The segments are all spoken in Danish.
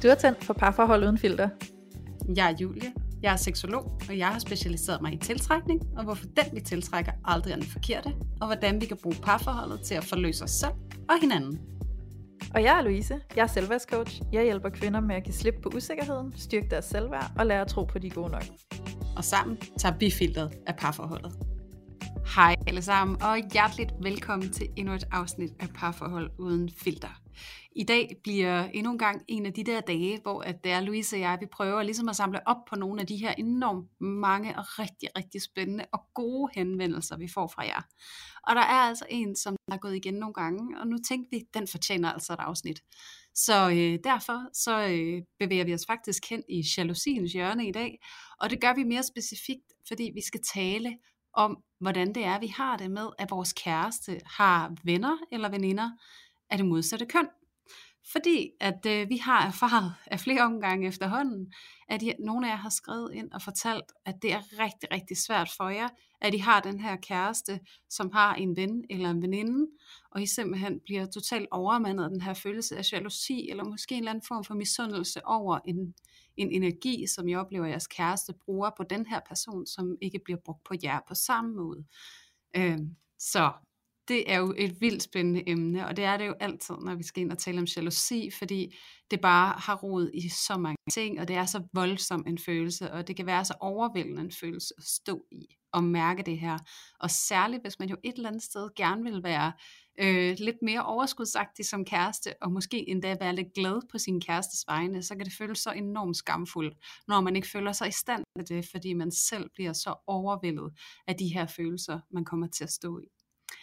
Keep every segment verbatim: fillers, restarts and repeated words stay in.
Du er tændt for parforhold uden filter. Jeg er Julie, jeg er seksolog, og jeg har specialiseret mig i tiltrækning, og hvorfor den vi tiltrækker aldrig er den forkerte, og hvordan vi kan bruge parforholdet til at forløse os selv og hinanden. Og jeg er Louise, jeg er selvværdscoach. Jeg hjælper kvinder med at give slip på usikkerheden, styrke deres selvværd og lære at tro på, de er gode nok. Og sammen tager vi filteret af parforholdet. Hej alle sammen, og hjerteligt velkommen til endnu et afsnit af Parforhold uden filter. I dag bliver endnu en gang en af de der dage, hvor at det er Louise og jeg, vi prøver ligesom at samle op på nogle af de her enormt mange og rigtig, rigtig spændende og gode henvendelser, vi får fra jer. Og der er altså en, som er gået igen nogle gange, og nu tænkte vi, den fortjener altså et afsnit. Så øh, derfor så øh, bevæger vi os faktisk hen i jalousiens hjørne i dag, og det gør vi mere specifikt, fordi vi skal tale om, hvordan det er, vi har det med, at vores kæreste har venner eller veninder af det modsatte køn. Fordi at øh, vi har erfaret af flere omgange efterhånden, at I, nogle af jer har skrevet ind og fortalt, at det er rigtig, rigtig svært for jer, at I har den her kæreste, som har en ven eller en veninde, og I simpelthen bliver totalt overmandet af den her følelse af jalousi, eller måske en eller anden form for misundelse over en, en energi, som I oplever, at jeres kæreste bruger på den her person, som ikke bliver brugt på jer på samme måde. Øh, så... Det er jo et vildt spændende emne, og det er det jo altid, når vi skal ind og tale om jalousi, fordi det bare har rod i så mange ting, og det er så voldsom en følelse, og det kan være så overvældende en følelse at stå i og mærke det her. Og særligt, hvis man jo et eller andet sted gerne vil være øh, lidt mere overskudsagtig som kæreste, og måske endda være lidt glad på sin kærestes vegne, så kan det føles så enormt skamfuldt, når man ikke føler sig i stand til det, fordi man selv bliver så overvældet af de her følelser, man kommer til at stå i.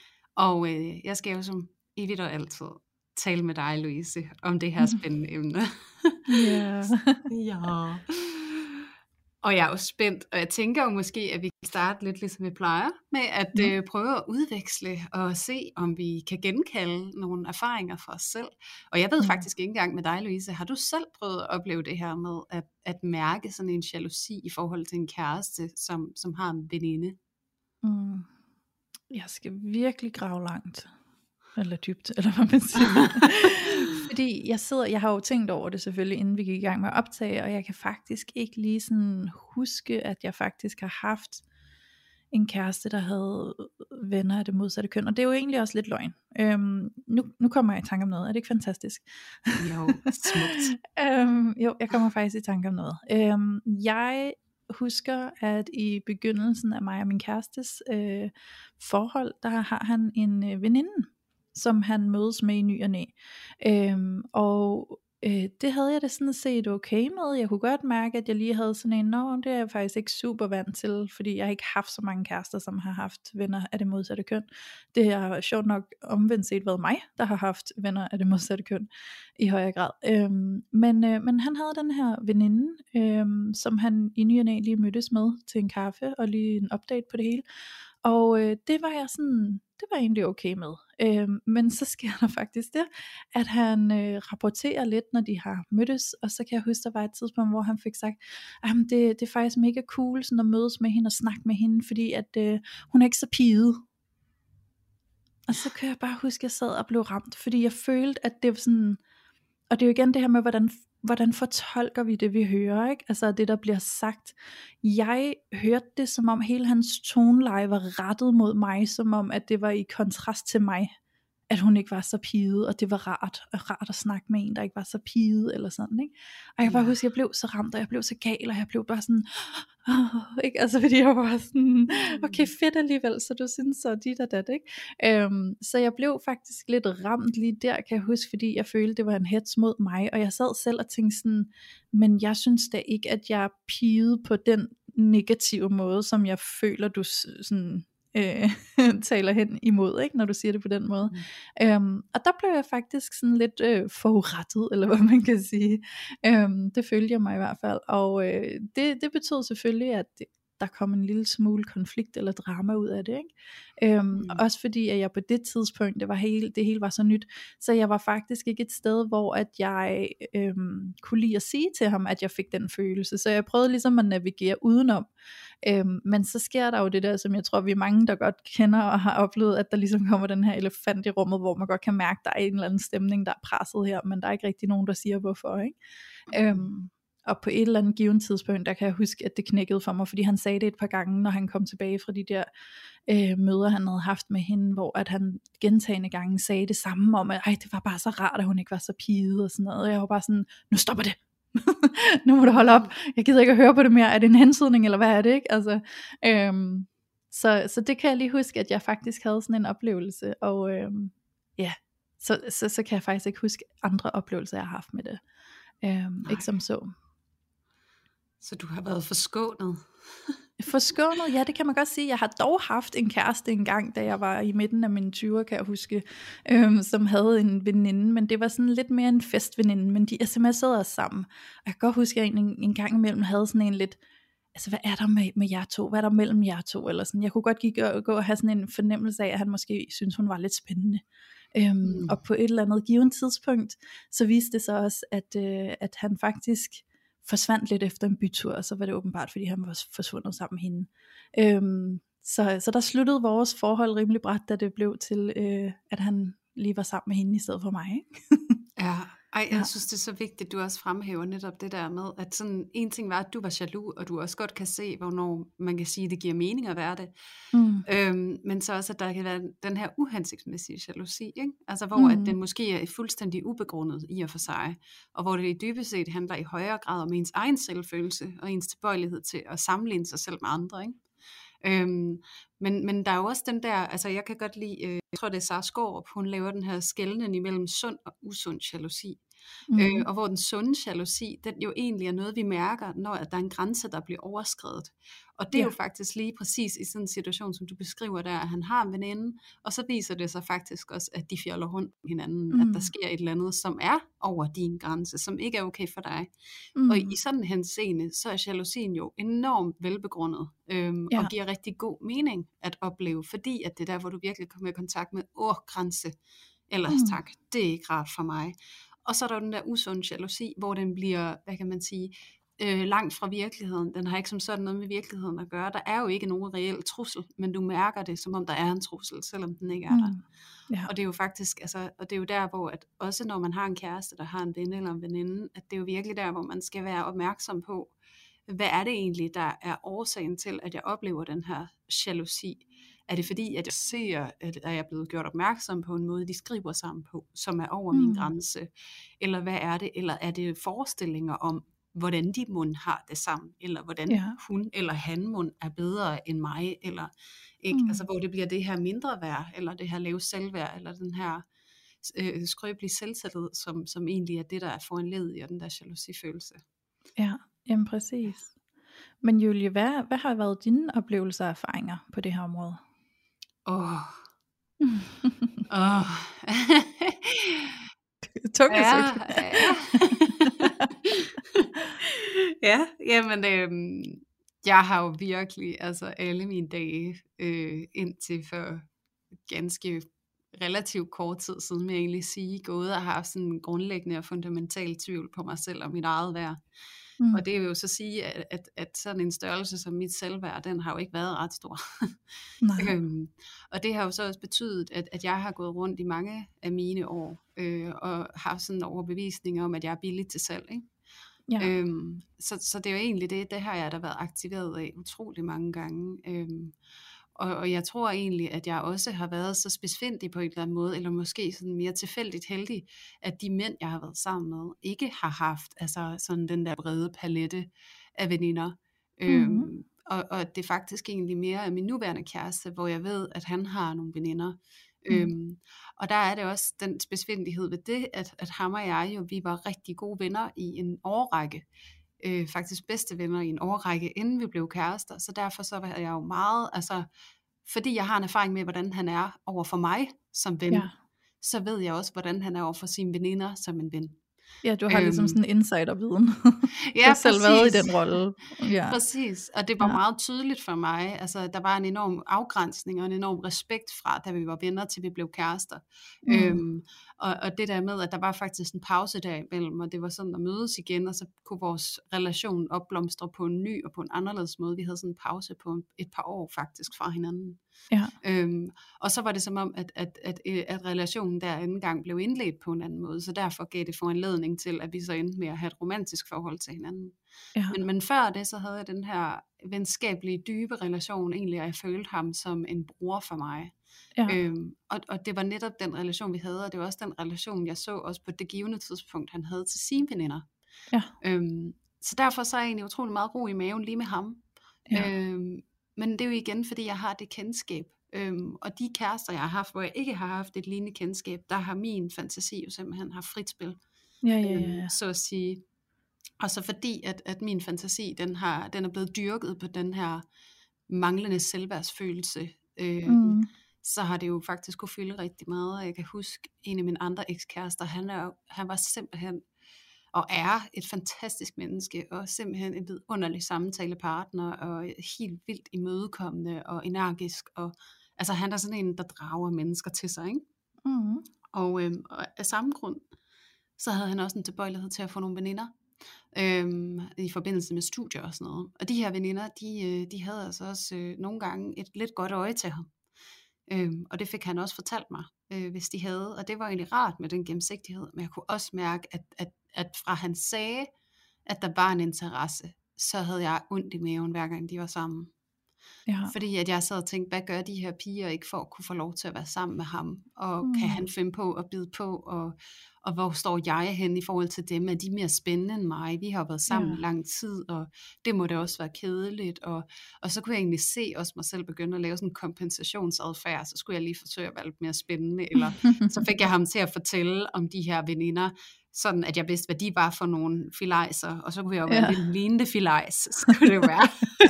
Og øh, jeg skal jo som evigt og altid tale med dig, Louise, om det her spændende emne. Ja. Ja. Og jeg er jo spændt, og jeg tænker jo måske, at vi kan starte lidt ligesom vi plejer, med at Mm. øh, prøve at udveksle og se, om vi kan genkalde nogle erfaringer fra os selv. Og jeg ved Mm. faktisk ikke engang med dig, Louise, har du selv prøvet at opleve det her med at, at mærke sådan en jalousi i forhold til en kæreste, som, som har en veninde? Mm. Jeg skal virkelig grave langt. Eller dybt, eller hvad man siger. Fordi jeg sidder, jeg har jo tænkt over det selvfølgelig, inden vi gik i gang med at optage, og jeg kan faktisk ikke lige sådan huske, at jeg faktisk har haft en kæreste, der havde venner af det modsatte køn, og det er jo egentlig også lidt løgn. Øhm, nu, nu kommer jeg i tanke om noget, er det ikke fantastisk? Jo, smukt. øhm, jo, jeg kommer faktisk i tanke om noget. Øhm, jeg husker, at i begyndelsen af mig og min kærestes øh, forhold, der har han en øh, veninde, som han mødes med i ny og næ. Øhm, og øh, det havde jeg det sådan set okay med. Jeg kunne godt mærke, at jeg lige havde sådan en, nå, det er jeg faktisk ikke super vant til, fordi jeg har ikke haft så mange kærester, som har haft venner af det modsatte køn. Det har sjovt nok omvendt set været mig, der har haft venner af det modsatte køn i højere grad. Øhm, men, øh, men han havde den her veninde, øhm, som han i ny og næ lige mødtes med til en kaffe, og lige en update på det hele. Og øh, det var jeg sådan, det var egentlig okay med. Øhm, men så sker der faktisk det, at han øh, rapporterer lidt, når de har mødtes, og så kan jeg huske, der var et tidspunkt, hvor han fik sagt, at det, det er faktisk mega cool sådan at mødes med hende og snakke med hende, fordi at øh, hun er ikke så piget. Og så kan jeg bare huske, at jeg sad og blev ramt, fordi jeg følte, at det var sådan, og det er jo igen det her med, hvordan hvordan fortolker vi det, vi hører, ikke? Altså det, der bliver sagt. Jeg hørte det, som om hele hans toneleje var rettet mod mig, som om, at det var i kontrast til mig, at hun ikke var så piget, og det var rart, og rart at snakke med en, der ikke var så piget, eller sådan, ikke? Og jeg kan bare huske, at jeg blev så ramt, og jeg blev så gal, og jeg blev bare sådan, oh, ikke? Altså fordi jeg var sådan, okay, fedt alligevel, så du synes så dit og dat, ikke? Øhm, så jeg blev faktisk lidt ramt lige der, kan jeg huske, fordi jeg følte, det var en hets mod mig, og jeg sad selv og tænkte sådan, men jeg synes da ikke, at jeg er piget på den negative måde, som jeg føler, du sådan øh, taler hen imod, ikke, når du siger det på den måde. Mm. Øhm, og der blev jeg faktisk sådan lidt øh, forurettet, eller hvad man kan sige. Øhm, det følte jeg mig i hvert fald, og øh, det, det betød selvfølgelig, at det, der kom en lille smule konflikt eller drama ud af det, ikke? Øhm, mm. Også fordi at jeg på det tidspunkt, det var hele, det hele var så nyt, så jeg var faktisk ikke et sted, hvor at jeg øhm, kunne lide at sige til ham, at jeg fik den følelse, så jeg prøvede ligesom at navigere udenom, Øhm, men så sker der jo det der, som jeg tror vi er mange der godt kender og har oplevet, at der ligesom kommer den her elefant i rummet, hvor man godt kan mærke, at der er en eller anden stemning, der er presset her, men der er ikke rigtig nogen der siger hvorfor, ikke? Mm. Øhm, og på et eller andet givet tidspunkt, der kan jeg huske, at det knækkede for mig, fordi han sagde det et par gange, når han kom tilbage fra de der øh, møder, han havde haft med hende, hvor at han gentagne gange sagde det samme om, at ej, det var bare så rart, at hun ikke var så piget og sådan noget, og jeg var bare sådan, nu stopper det, nu må du holde op, jeg gider ikke at høre på det mere, er det en hensydning, eller hvad er det, ikke? Altså, øhm, så, så det kan jeg lige huske, at jeg faktisk havde sådan en oplevelse, og øhm, ja, så, så, så kan jeg faktisk ikke huske andre oplevelser, jeg har haft med det, øhm, ikke som så. Så du har været forskånet? Forskånet, ja, det kan man godt sige. Jeg har dog haft en kæreste engang, da jeg var i midten af mine tyvere, kan jeg huske, øhm, som havde en veninde, men det var sådan lidt mere en festveninde, men de sms'ede os sammen. Og jeg kan godt huske, at jeg en, en gang imellem havde sådan en lidt, altså hvad er der med, med jer to? Hvad er der mellem jer to? Eller sådan. Jeg kunne godt gik og, gå og have sådan en fornemmelse af, at han måske synes hun var lidt spændende. Øhm, mm. Og på et eller andet givet tidspunkt, så viste det sig også, at, øh, at han faktisk forsvandt lidt efter en bytur, og så var det åbenbart, fordi han var forsvundet sammen med hende. Øhm, så, så der sluttede vores forhold rimelig brat, da det blev til, øh, at han lige var sammen med hende i stedet for mig. Ikke? Ja, ej, jeg ja. synes det er så vigtigt, at du også fremhæver netop det der med, at sådan en ting var, at du var jaloux, og du også godt kan se, hvornår man kan sige, at det giver mening at være det. Mm. Øhm, men så også, at der kan være den her uhensigtsmæssige jalousi, ikke? Altså hvor mm. at den måske er fuldstændig ubegrundet i og for sig, og hvor det i dybest set handler i højere grad om ens egen selvfølelse, og ens tilbøjelighed til at sammenligne sig selv med andre, ikke? Øhm, men, men der er jo også den der, altså jeg kan godt lide, øh, jeg tror det er Sara Skaarup, hun laver den her skelnen imellem sund og usund jalousi. Mm. Øh, og hvor den sunde jalousi, den jo egentlig er noget vi mærker, når der er en grænse der bliver overskredet. Og det er ja. jo faktisk lige præcis i sådan en situation som du beskriver der, at han har en veninde, og så viser det sig faktisk også, at de fjoller rundt med hinanden, mm. at der sker et eller andet som er over din grænse, som ikke er okay for dig. Mm. Og i sådan en henseende, så er jalousien jo enormt velbegrundet, øhm, ja. og giver rigtig god mening at opleve, fordi at det er der hvor du virkelig kommer i kontakt med åh grænse, ellers mm. tak, det er ikke rart for mig. Og så er der den der usund jalousi, hvor den bliver, hvad kan man sige, øh, langt fra virkeligheden. Den har ikke som sådan noget med virkeligheden at gøre. Der er jo ikke nogen reel trussel, men du mærker det, som om der er en trussel, selvom den ikke er der. Mm. Ja. Og det er jo faktisk, altså, og det er jo der, hvor at også når man har en kæreste, der har en ven eller en veninde, at det er jo virkelig der, hvor man skal være opmærksom på, hvad er det egentlig, der er årsagen til, at jeg oplever den her jalousi? Er det fordi, at jeg ser, at jeg er blevet gjort opmærksom på en måde, de skriver sammen på, som er over mm. min grænse? Eller hvad er det? Eller er det forestillinger om, hvordan de mund har det sammen? Eller hvordan ja. hun eller han mund er bedre end mig? Eller ikke? Mm. Altså, hvor det bliver det her mindre værd, eller det her lave selvværd, eller den her øh, skrøbelige selvtillid, som, som egentlig er det, der er foranlediget i den der jalousifølelse. Ja, jamen præcis. Men Julie, hvad, hvad har været dine oplevelser og erfaringer på det her område? Åh. Åh. Tungesøgt. Ja, ja. ja, jamen, øhm, jeg har jo virkelig, altså alle mine dage, øh, indtil for ganske relativt kort tid siden, vil jeg egentlig sige, gået og har haft sådan en grundlæggende og fundamental tvivl på mig selv og mit eget værd. Mm. Og det vil jo så sige, at, at, at sådan en størrelse som mit selvværd, den har jo ikke været ret stor. øhm, og det har jo så også betydet, at, at jeg har gået rundt i mange af mine år, øh, og har sådan en overbevisning om, at jeg er billig til salg, ikke? Ja. Øhm, så, så det er jo egentlig det, det har jeg da været aktiveret af utrolig mange gange. Øhm, Og, og jeg tror egentlig, at jeg også har været så spidsfindig på en eller anden måde, eller måske sådan mere tilfældigt heldig, at de mænd, jeg har været sammen med, ikke har haft altså sådan den der brede palette af veninder. Mm-hmm. Øhm, og, og det er faktisk egentlig mere af min nuværende kæreste, hvor jeg ved, at han har nogle veninder. Mm. Øhm, og der er det også den spidsfindighed ved det, at, at ham og jeg jo, vi var rigtig gode venner i en årrække. Øh, faktisk bedste venner i en årrække, inden vi blev kærester, så derfor så var jeg jo meget, altså, fordi jeg har en erfaring med, hvordan han er over for mig som ven, ja. så ved jeg også, hvordan han er over for sine veninder som en ven. Ja, du har ligesom sådan en insiderviden. Ja, du har selv præcis. været i den rolle. Ja. Præcis, og det var Ja. meget tydeligt for mig. Altså, der var en enorm afgrænsning og en enorm respekt fra, da vi var venner, til vi blev kærester. Mm. Øhm, og, og det der med, at der var faktisk en pause der imellem, og det var sådan at mødes igen, og så kunne vores relation opblomstre på en ny og på en anderledes måde. Vi havde sådan en pause på et par år faktisk fra hinanden. Ja. Øhm, og så var det som om, at, at, at, at relationen der anden gang blev indledt på en anden måde, så derfor gav det foranledning til, at vi så endte med at have et romantisk forhold til hinanden. Ja. Men, men før det, så havde jeg den her venskabelige, dybe relation, egentlig, og jeg følte ham som en bror for mig. Ja. Øhm, og, og det var netop den relation, vi havde, og det var også den relation, jeg så også på det givende tidspunkt, han havde til sine veninder. Ja. Øhm, så derfor så er jeg egentlig utrolig meget ro i maven lige med ham. Ja. Øhm, men det er jo igen, fordi jeg har det kendskab. Øhm, og de kærester, jeg har haft, hvor jeg ikke har haft et lignende kendskab, der har min fantasi jo simpelthen haft frit spil. Ja, ja, ja, Øhm, ja. så at sige. Og så fordi, at, at min fantasi, den, har, den er blevet dyrket på den her manglende selvværdsfølelse, øh, Mm. så har det jo faktisk kunne fylde rigtig meget. Og jeg kan huske, en af mine andre ekskærester, han, er, han var simpelthen, og er et fantastisk menneske, og simpelthen en vidunderlig samtalepartner, og helt vildt imødekommende og energisk. Og, altså han er sådan en, der drager mennesker til sig, ikke? Mm. Og, øh, og af samme grund, så havde han også en tilbøjelighed til at få nogle veninder, øhm, i forbindelse med studier og sådan noget. Og de her veninder, de, de havde altså også øh, nogle gange et lidt godt øje til ham. Øhm, og det fik han også fortalt mig, øh, hvis de havde. Og det var egentlig rart med den gennemsigtighed. Men jeg kunne også mærke, at, at, at fra han sagde, at der var en interesse, så havde jeg ondt i maven, hver gang de var sammen. Ja. Fordi at jeg sad og tænkte, hvad gør de her piger ikke for at kunne få lov til at være sammen med ham? Og Mm. kan han finde på at bide på? Og, og hvor står jeg hen i forhold til dem? Er de mere spændende end mig? Vi har været sammen Ja. i lang tid, og det må da også være kedeligt. Og, og så kunne jeg egentlig se også mig selv begynde at lave sådan en kompensationsadfærd. Så skulle jeg lige forsøge at være lidt mere spændende. Eller så fik jeg ham til at fortælle om de her veninder, sådan at jeg vidste, hvad de var for nogle filajser, og så kunne jeg jo være Ja. lidt lignende filajs, skulle det jo være.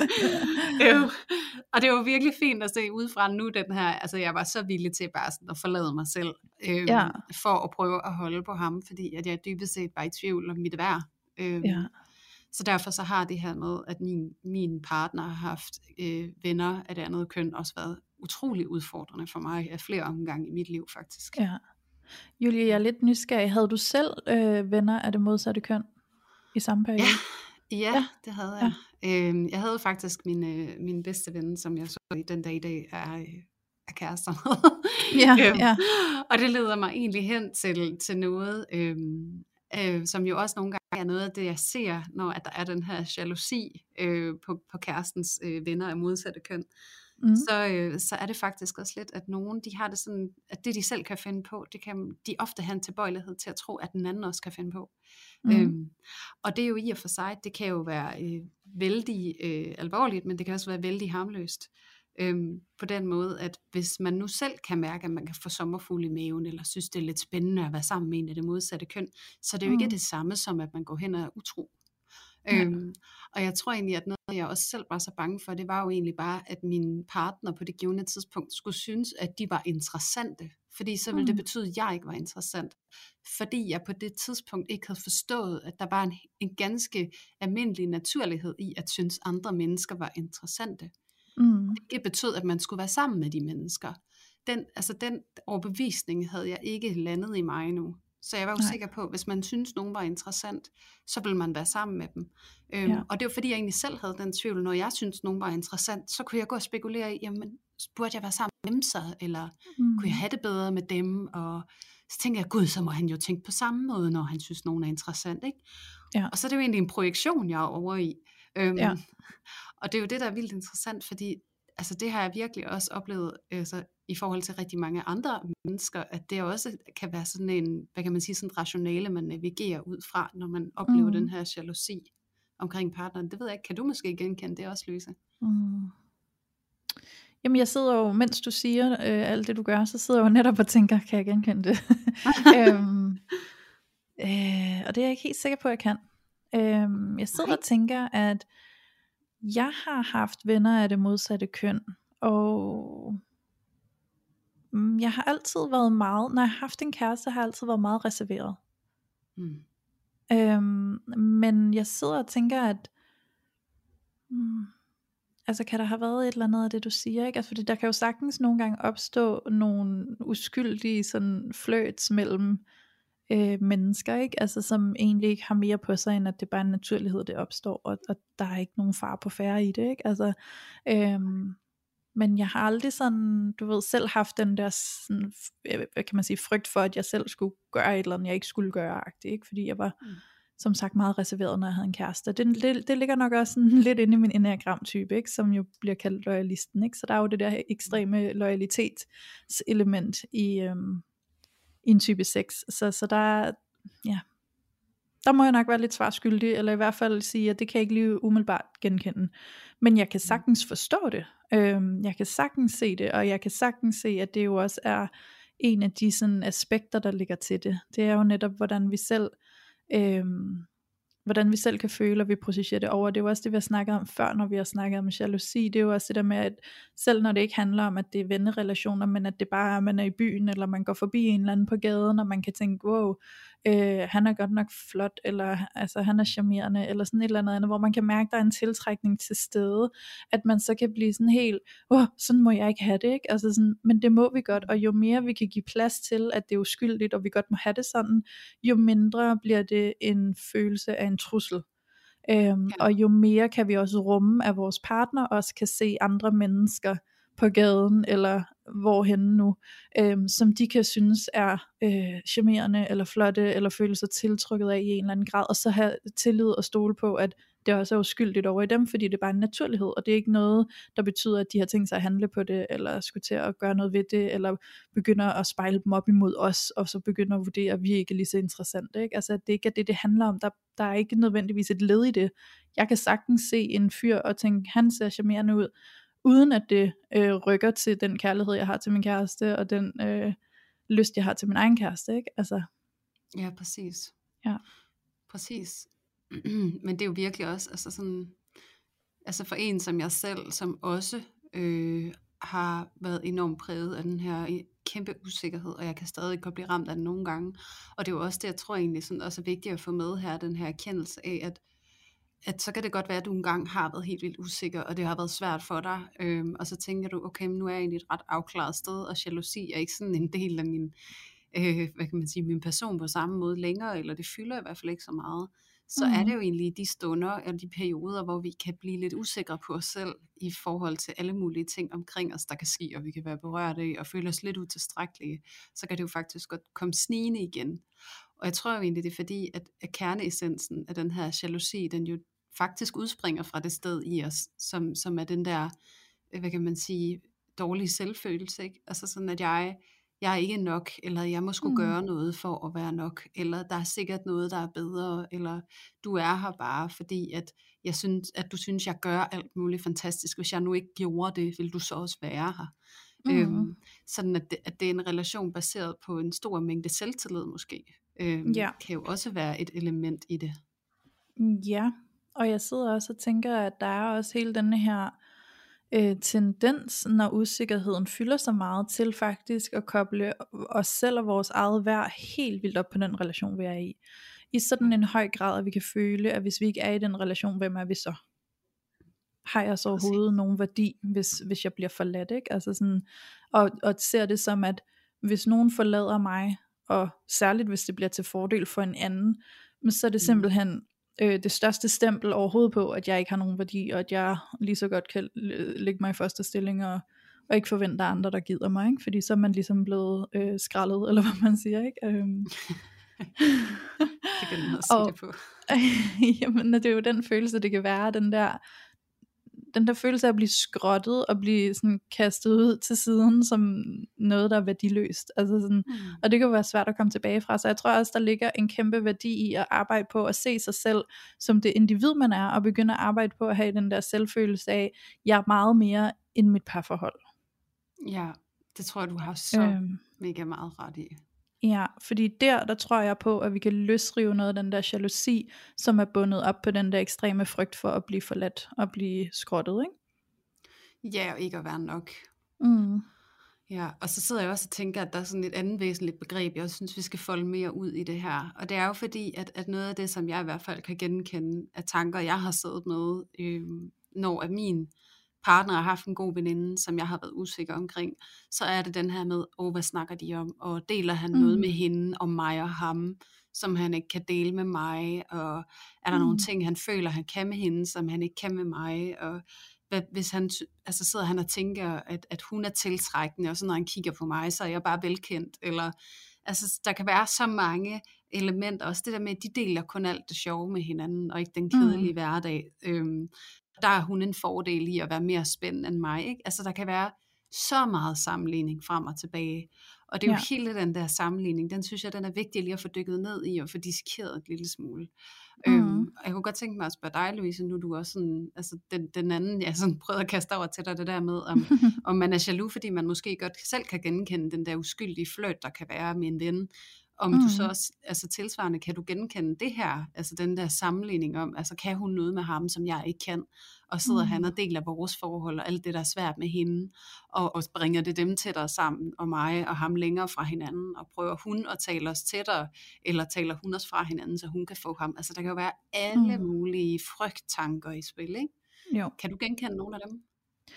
øh, og det var virkelig fint at se udefra nu, den her, altså jeg var så villig til bare sådan at forlade mig selv, øh, Ja. for at prøve at holde på ham, fordi at jeg dybest set var i tvivl om mit værd. Øh, Ja. Så derfor så har det her med, at min, min partner har haft øh, venner af det andet køn, også været utrolig udfordrende for mig af flere omgange i mit liv faktisk. Ja. Julie, jeg er lidt nysgerrig. Havde du selv øh, venner af det modsatte køn i samme periode? Ja, ja, ja. Det havde jeg. Ja. Øhm, jeg havde faktisk min, øh, min bedste ven, som jeg så i den dag i dag er, øh, er kærester med. Ja, øhm, ja. Og det leder mig egentlig hen til, til noget, øhm, øh, som jo også nogle gange er noget af det, jeg ser, når at der er den her jalousi øh, på, på kærestens øh, venner af modsatte køn. Mm. Så, øh, så er det faktisk også lidt, at nogen, de har det sådan, at det de selv kan finde på, det kan de ofte have en tilbøjelighed til at tro, at den anden også kan finde på. Mm. Øhm, og det er jo i og for sig, det kan jo være øh, vældig øh, alvorligt, men det kan også være vældig harmløst. Øhm, på den måde, at hvis man nu selv kan mærke, at man kan få sommerfugle i maven, eller synes det er lidt spændende at være sammen med en af det modsatte køn, så det er jo mm. ikke det samme som, at man går hen og er utro. Ja. Øhm, og jeg tror egentlig, at noget jeg også selv var så bange for, det var jo egentlig bare, at min partner på det givne tidspunkt skulle synes, at de var interessante, fordi så ville mm. det betyde, at jeg ikke var interessant, fordi jeg på det tidspunkt ikke havde forstået, at der var en, en ganske almindelig naturlighed i, at synes andre mennesker var interessante. Mm. Det betød, at man skulle være sammen med de mennesker. Den, altså den overbevisning havde jeg ikke landet i mig nu. Så jeg var jo Nej. sikker på, at hvis man synes nogen var interessant, så ville man være sammen med dem. Øhm, ja. Og det var fordi, jeg egentlig selv havde den tvivl, når jeg synes nogen var interessant, så kunne jeg gå og spekulere i, jamen, burde jeg være sammen med dem så, eller mm. kunne jeg have det bedre med dem? Og så tænkte jeg, gud, så må han jo tænke på samme måde, når han synes nogen er interessant, ikke? Ja. Og så er det jo egentlig en projektion, jeg er over i. Øhm, ja. Og det er jo det, der er vildt interessant, fordi altså det har jeg virkelig også oplevet altså, i forhold til rigtig mange andre mennesker, at det også kan være sådan en, hvad kan man sige, sådan rationale, man navigerer ud fra, når man oplever mm. den her jalousi omkring partneren. Det ved jeg ikke, kan du måske genkende det også, Louise? Mm. Jamen jeg sidder jo, mens du siger øh, alt det du gør, så sidder jeg jo netop og tænker, kan jeg genkende det? øhm, øh, og det er jeg ikke helt sikker på, at jeg kan. Øhm, jeg sidder Nej. og tænker, at jeg har haft venner af det modsatte køn, og jeg har altid været meget, når jeg har haft en kæreste, har jeg altid været meget reserveret. Mm. Øhm, men jeg sidder og tænker, at hmm, altså kan der have været et eller andet af det du siger, ikke? Altså fordi der kan jo sagtens nogle gange opstå nogle uskyldige sådan flirts mellem øh, mennesker, ikke? Altså som egentlig ikke har mere på sig, end at det bare er en naturlighed, det opstår, og, og der er ikke nogen far på færre i det, ikke? Altså, øhm, men jeg har aldrig sådan, du ved, selv haft den der sådan, hvad kan man sige, frygt for, at jeg selv skulle gøre et eller andet, jeg ikke skulle gøre, ikke? Fordi jeg var, mm. som sagt, meget reserveret, når jeg havde en kæreste. Det, det, det ligger nok også sådan lidt inde i min enneagram-type, ikke? Som jo bliver kaldt loyalisten, ikke? Så der er jo det der ekstreme loyalitetselement i, øhm, i en type seks. Så, så der, ja, der må jeg nok være lidt svarskyldig, eller i hvert fald sige, at det kan jeg ikke lige umiddelbart genkende. Men jeg kan sagtens forstå det. Øhm, jeg kan sagtens se det, og jeg kan sagtens se, at det jo også er en af de sådan aspekter, der ligger til det. Det er jo netop, hvordan vi selv, øhm, hvordan vi selv kan føle, og vi processerer det over. Det er jo også det, vi har snakket om før, når vi har snakket om jalousi. Det er jo også det der med, at selv når det ikke handler om, at det er vennerelationer, men at det bare er, at man er i byen, eller man går forbi en eller anden på gaden, og man kan tænke, wow, øh, han er godt nok flot, eller altså, han er charmerende, eller sådan et eller andet, hvor man kan mærke, at der er en tiltrækning til stede, at man så kan blive sådan helt, åh, sådan må jeg ikke have det, ikke? Altså sådan, men det må vi godt, og jo mere vi kan give plads til, at det er uskyldigt, og vi godt må have det sådan, jo mindre bliver det en følelse af en trussel. Øhm, ja. Og jo mere kan vi også rumme, at vores partner også kan se andre mennesker på gaden, eller hvorhenne nu, øhm, som de kan synes er øh, charmerende, eller flotte, eller føle sig tiltrykket af i en eller anden grad, og så have tillid og stole på, at det også er uskyldigt over i dem, fordi det er bare en naturlighed, og det er ikke noget, der betyder, at de har tænkt sig at handle på det, eller skulle til at gøre noget ved det, eller begynder at spejle dem op imod os, og så begynder at vurdere, at vi ikke er lige så interessante, ikke? Altså, det ikke er det, det handler om. Der, der er ikke nødvendigvis et led i det. Jeg kan sagtens se en fyr og tænke, han ser charmerende ud, uden at det øh, rykker til den kærlighed, jeg har til min kæreste, og den øh, lyst, jeg har til min egen kæreste, ikke? Altså. Ja, præcis. Ja. Præcis. Men det er jo virkelig også, altså sådan, altså for en som jeg selv, som også øh, har været enormt præget af den her kæmpe usikkerhed, og jeg kan stadig godt blive ramt af den nogle gange, og det er jo også det, jeg tror egentlig sådan også er vigtigt at få med her, den her erkendelse af, at at så kan det godt være, at du engang har været helt vildt usikker, og det har været svært for dig, øhm, og så tænker du, okay, men nu er jeg egentlig et ret afklaret sted, og jalousi er ikke sådan en del af min, øh, hvad kan man sige, min person på samme måde længere, eller det fylder i hvert fald ikke så meget. Så mm. er det jo egentlig de stunder, eller de perioder, hvor vi kan blive lidt usikre på os selv, i forhold til alle mulige ting omkring os, der kan ske, og vi kan være berørte og føle os lidt utilstrækkelige, så kan det jo faktisk godt komme snigende igen. Og jeg tror jo egentlig, det er fordi, at, at kerneessensen af den her jalousi, den jo faktisk udspringer fra det sted i os, som, som er den der, hvad kan man sige, dårlige selvfølelse, ikke? Altså sådan, at jeg, jeg er ikke nok, eller jeg må skulle mm. gøre noget for at være nok, eller der er sikkert noget, der er bedre, eller du er her bare, fordi at, jeg synes, at du synes, jeg gør alt muligt fantastisk. Hvis jeg nu ikke gjorde det, vil du så også være her. Mm. Øhm, sådan at det, at det er en relation baseret på en stor mængde selvtillid måske, øhm, ja. Kan jo også være et element i det. Ja, og jeg sidder også og tænker, at der er også hele denne her øh, tendens, når usikkerheden fylder så meget, til faktisk at koble os selv og vores eget værd helt vildt op på den relation, vi er i. I sådan en høj grad, at vi kan føle, at hvis vi ikke er i den relation, hvem er vi så? Har jeg så overhovedet nogen værdi, hvis, hvis jeg bliver forladt, ikke? Altså sådan, og, og ser det som, at hvis nogen forlader mig, og særligt hvis det bliver til fordel for en anden, så er det simpelthen øh, det største stempel overhovedet på, at jeg ikke har nogen værdi, og at jeg lige så godt kan lægge mig i første stilling, og, og ikke forvente andre, der gider mig, ikke? Fordi så er man ligesom blevet øh, skrællet, eller hvad man siger, ikke? Øhm. Det kan man også sige det på. Jamen, det er jo den følelse, det kan være, den der den der følelse af at blive skrottet og blive sådan kastet ud til siden som noget, der er værdiløst. Altså sådan, mm. Og det kan jo være svært at komme tilbage fra. Så jeg tror også, der ligger en kæmpe værdi i at arbejde på at se sig selv som det individ, man er, og begynde at arbejde på at have den der selvfølelse af, jeg er meget mere end mit parforhold. Ja, det tror jeg, du har så øhm. mega meget ret i. Ja, fordi der, der tror jeg på, at vi kan løsrive noget af den der jalousi, som er bundet op på den der ekstreme frygt for at blive forladt og blive skrottet, ikke? Ja, og ikke at være nok. Mm. Ja, og så sidder jeg også og tænker, at der er sådan et andet væsentligt begreb, jeg også synes, vi skal folde mere ud i det her. Og det er jo fordi, at, at noget af det, som jeg i hvert fald kan genkende af tanker, jeg har siddet med, øh, når at min partner har haft en god veninde, som jeg har været usikker omkring, så er det den her med, åh, hvad snakker de om? Og deler han mm. noget med hende om mig og ham, som han ikke kan dele med mig? Og er der mm. nogle ting, han føler, han kan med hende, som han ikke kan med mig? Og hvad, hvis han altså sidder han og tænker, at, at hun er tiltrækkende, og så når han kigger på mig, så er jeg bare velkendt. Eller, altså, der kan være så mange elementer, også det der med, at de deler kun alt det sjove med hinanden, og ikke den kedelige mm. hverdag. Øhm, der er hun en fordel i at være mere spændende end mig. Ikke? Altså der kan være så meget sammenligning frem og tilbage. Og det er jo ja. hele den der sammenligning, den synes jeg, den er vigtig lige at få dykket ned i, og få dissekeret et lille smule. Mm. Øhm, og jeg kunne godt tænke mig at spørge dig, Louise, nu du også sådan, altså den, den anden, jeg sådan prøvede at kaste over til dig, det der med, om, om man er jaloux, fordi man måske godt selv kan genkende den der uskyldige flirt, der kan være med en ven. Om mm. du så også, altså tilsvarende, kan du genkende det her, altså den der sammenligning om, altså kan hun noget med ham, som jeg ikke kan, og sidder mm. han og deler vores forhold, og alt det, der er svært med hende, og, og bringer det dem tættere sammen, og mig og ham længere fra hinanden, og prøver hun at tale os tættere, eller taler hun os fra hinanden, så hun kan få ham, altså der kan jo være alle mm. mulige frygttanker i spil, ikke? Jo. Kan du genkende nogle af dem?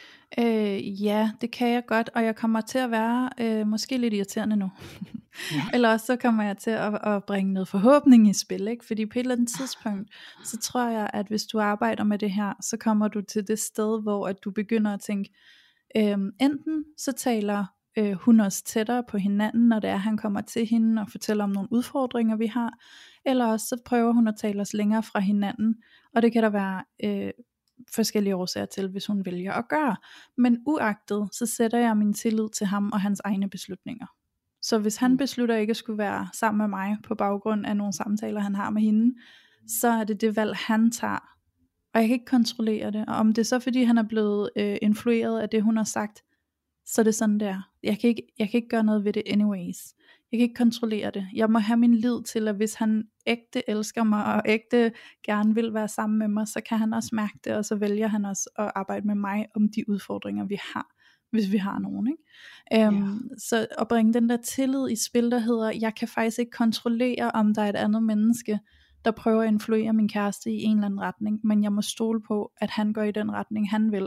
Øh, ja, det kan jeg godt, og jeg kommer til at være øh, måske lidt irriterende nu. Ja. Eller også så kommer jeg til at, at bringe noget forhåbning i spil, ikke? Fordi på et eller andet tidspunkt, så tror jeg, at hvis du arbejder med det her, så kommer du til det sted, hvor at du begynder at tænke, øh, enten så taler øh, hun os tættere på hinanden, når det er, han kommer til hende og fortæller om nogle udfordringer, vi har, eller også så prøver hun at tale os længere fra hinanden, og det kan der være øh, forskellige årsager til, hvis hun vælger at gøre. Men uagtet, så sætter jeg min tillid til ham og hans egne beslutninger. Så hvis han beslutter ikke at skulle være sammen med mig på baggrund af nogle samtaler, han har med hende, så er det det valg, han tager. Og jeg kan ikke kontrollere det. Og om det er så, fordi han er blevet øh, influeret af det, hun har sagt, så er det sådan der. Jeg kan, ikke, jeg kan ikke gøre noget ved det anyways. Jeg kan ikke kontrollere det. Jeg må have min lid til, at hvis han ægte elsker mig, og ægte gerne vil være sammen med mig, så kan han også mærke det, og så vælger han også at arbejde med mig om de udfordringer, vi har, hvis vi har nogen. Ikke? Øhm, yeah. Så at bringe den der tillid i spil, der hedder, jeg kan faktisk ikke kontrollere, om der er et andet menneske, der prøver at influere min kæreste i en eller anden retning, men jeg må stole på, at han går i den retning, han vil.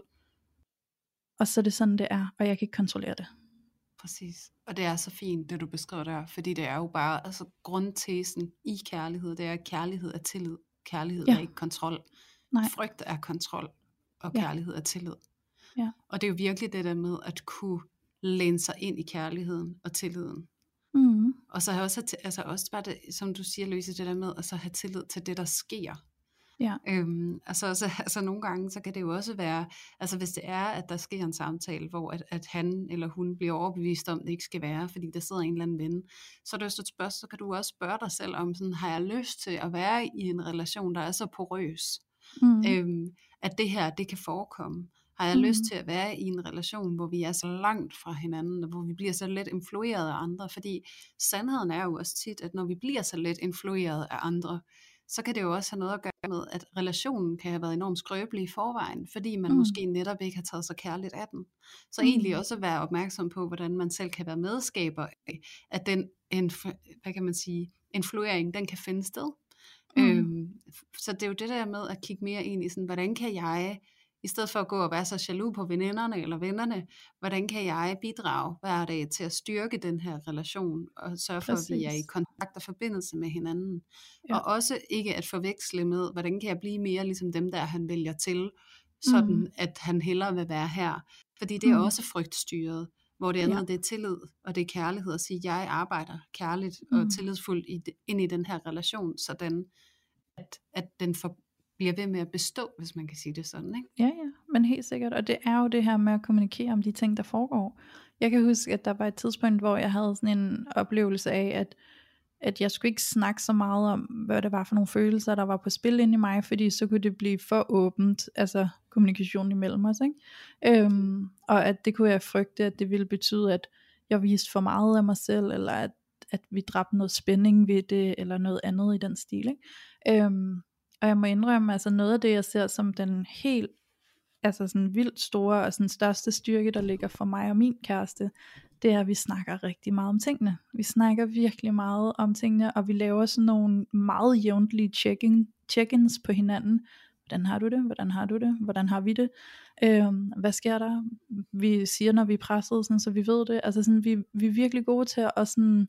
Og så er det sådan, det er, og jeg kan ikke kontrollere det. Præcis. Og det er så fint, det du beskriver der, fordi det er jo bare, altså grundtesen i kærlighed, det er, at kærlighed er tillid. Kærlighed ja. er ikke kontrol. Nej. Frygt er kontrol, og kærlighed ja. er tillid. Ja. Og det er jo virkelig det der med, at kunne læne sig ind i kærligheden og tilliden. Mm. Og så har også, altså også bare det, som du siger, Louise, det der med, at så have tillid til det, der sker. Ja. Øhm, altså, altså, altså nogle gange så kan det jo også være, altså hvis det er at der sker en samtale hvor at, at han eller hun bliver overbevist om det ikke skal være, fordi der sidder en eller anden ven, så er det jo et spørgsmål, så kan du også spørge dig selv om sådan, har jeg lyst til at være i en relation der er så porøs, mm. øhm, at det her det kan forekomme. Har jeg mm. lyst til at være i en relation, hvor vi er så langt fra hinanden, og hvor vi bliver så let influeret af andre, fordi sandheden er jo også tit, at når vi bliver så let influeret af andre, så kan det jo også have noget at gøre med, at relationen kan have været enormt skrøbelig i forvejen, fordi man mm. måske netop ikke har taget så kærligt af den. Så mm. egentlig også at være opmærksom på, hvordan man selv kan være medskaber af, at den, en, hvad kan man sige, influering, den kan finde sted. Mm. Øhm, så det er jo det der med at kigge mere ind i sådan, hvordan kan jeg, i stedet for at gå og være så jaloux på veninderne eller vennerne, hvordan kan jeg bidrage hver dag til at styrke den her relation, og sørge for, Præcis. at vi er i kontakt og forbindelse med hinanden. Ja. Og også ikke at forveksle med, hvordan kan jeg blive mere ligesom dem, der han vælger til, sådan mm. at han hellere vil være her. Fordi det er mm. også frygtstyret, hvor det andet ja. det er tillid, og det er kærlighed at sige, at jeg arbejder kærligt mm. og tillidsfuldt i, ind i den her relation, sådan at, at den for bliver ved med at bestå, hvis man kan sige det sådan, ikke? Ja, ja, men helt sikkert, og det er jo det her med at kommunikere om de ting, der foregår. Jeg kan huske, at der var et tidspunkt, hvor jeg havde sådan en oplevelse af, at, at jeg skulle ikke snakke så meget om, hvad det var for nogle følelser, der var på spil inde i mig, fordi så kunne det blive for åbent, altså kommunikation imellem os, ikke? Øhm, og at det kunne jeg frygte, at det ville betyde, at jeg viste for meget af mig selv, eller at, at vi dræbte noget spænding ved det, eller noget andet i den stil, ikke? Øhm, Og jeg må indrømme, altså noget af det, jeg ser som den helt altså sådan vildt store og sådan største styrke, der ligger for mig og min kæreste, det er, at vi snakker rigtig meget om tingene. Vi snakker virkelig meget om tingene, og vi laver sådan nogle meget jævntlige check-in, check-ins på hinanden. Hvordan har du det? Hvordan har du det? Hvordan har vi det? Øhm, hvad sker der? Vi siger, når vi er presset, sådan, så vi ved det. Altså sådan, vi, vi er virkelig gode til at sådan,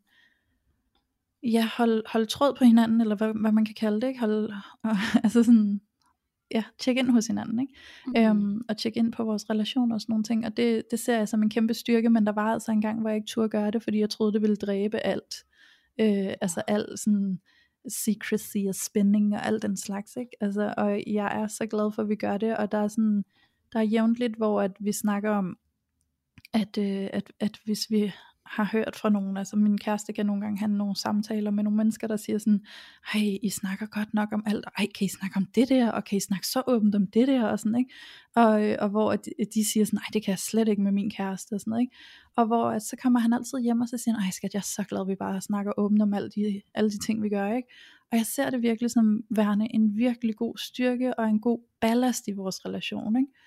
ja, holde, holde tråd på hinanden, eller hvad, hvad man kan kalde det, ikke? Holde, altså sådan, ja, tjekke ind hos hinanden, ikke? Mm-hmm. Øhm, og tjekke ind på vores relation og sådan nogle ting, og det, det ser jeg som en kæmpe styrke, men der var altså en gang, hvor jeg ikke turde gøre det, fordi jeg troede, det ville dræbe alt. Øh, altså alt sådan secrecy og spænding og alt den slags, ikke? Altså, og jeg er så glad for, at vi gør det, og der er sådan, der er jævntligt, hvor at vi snakker om, at, øh, at, at hvis vi har hørt fra nogen, altså min kæreste kan nogle gange have nogle samtaler med nogle mennesker, der siger sådan, ej, I snakker godt nok om alt, og ej, kan I snakke om det der, og kan I snakke så åbent om det der, og sådan, ikke? Og, og hvor de, de siger sådan, nej, det kan jeg slet ikke med min kæreste, og sådan noget, ikke? Og hvor at, så kommer han altid hjem, og så siger han, ej skat, jeg er så glad, at vi bare snakker åbent om alle de, alle de ting, vi gør, ikke? Og jeg ser det virkelig som værende en virkelig god styrke, og en god ballast i vores relation, ikke?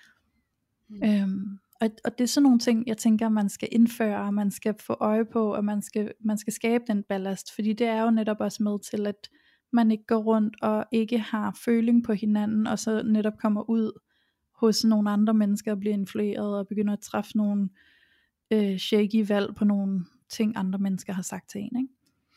Mm. Øhm, Og, og det er sådan nogle ting, jeg tænker, man skal indføre, og man skal få øje på, og man skal, man skal skabe den ballast, fordi det er jo netop også med til, at man ikke går rundt og ikke har føling på hinanden, og så netop kommer ud hos nogle andre mennesker og bliver influeret, og begynder at træffe nogle øh, shaky valg på nogle ting, andre mennesker har sagt til en, ikke?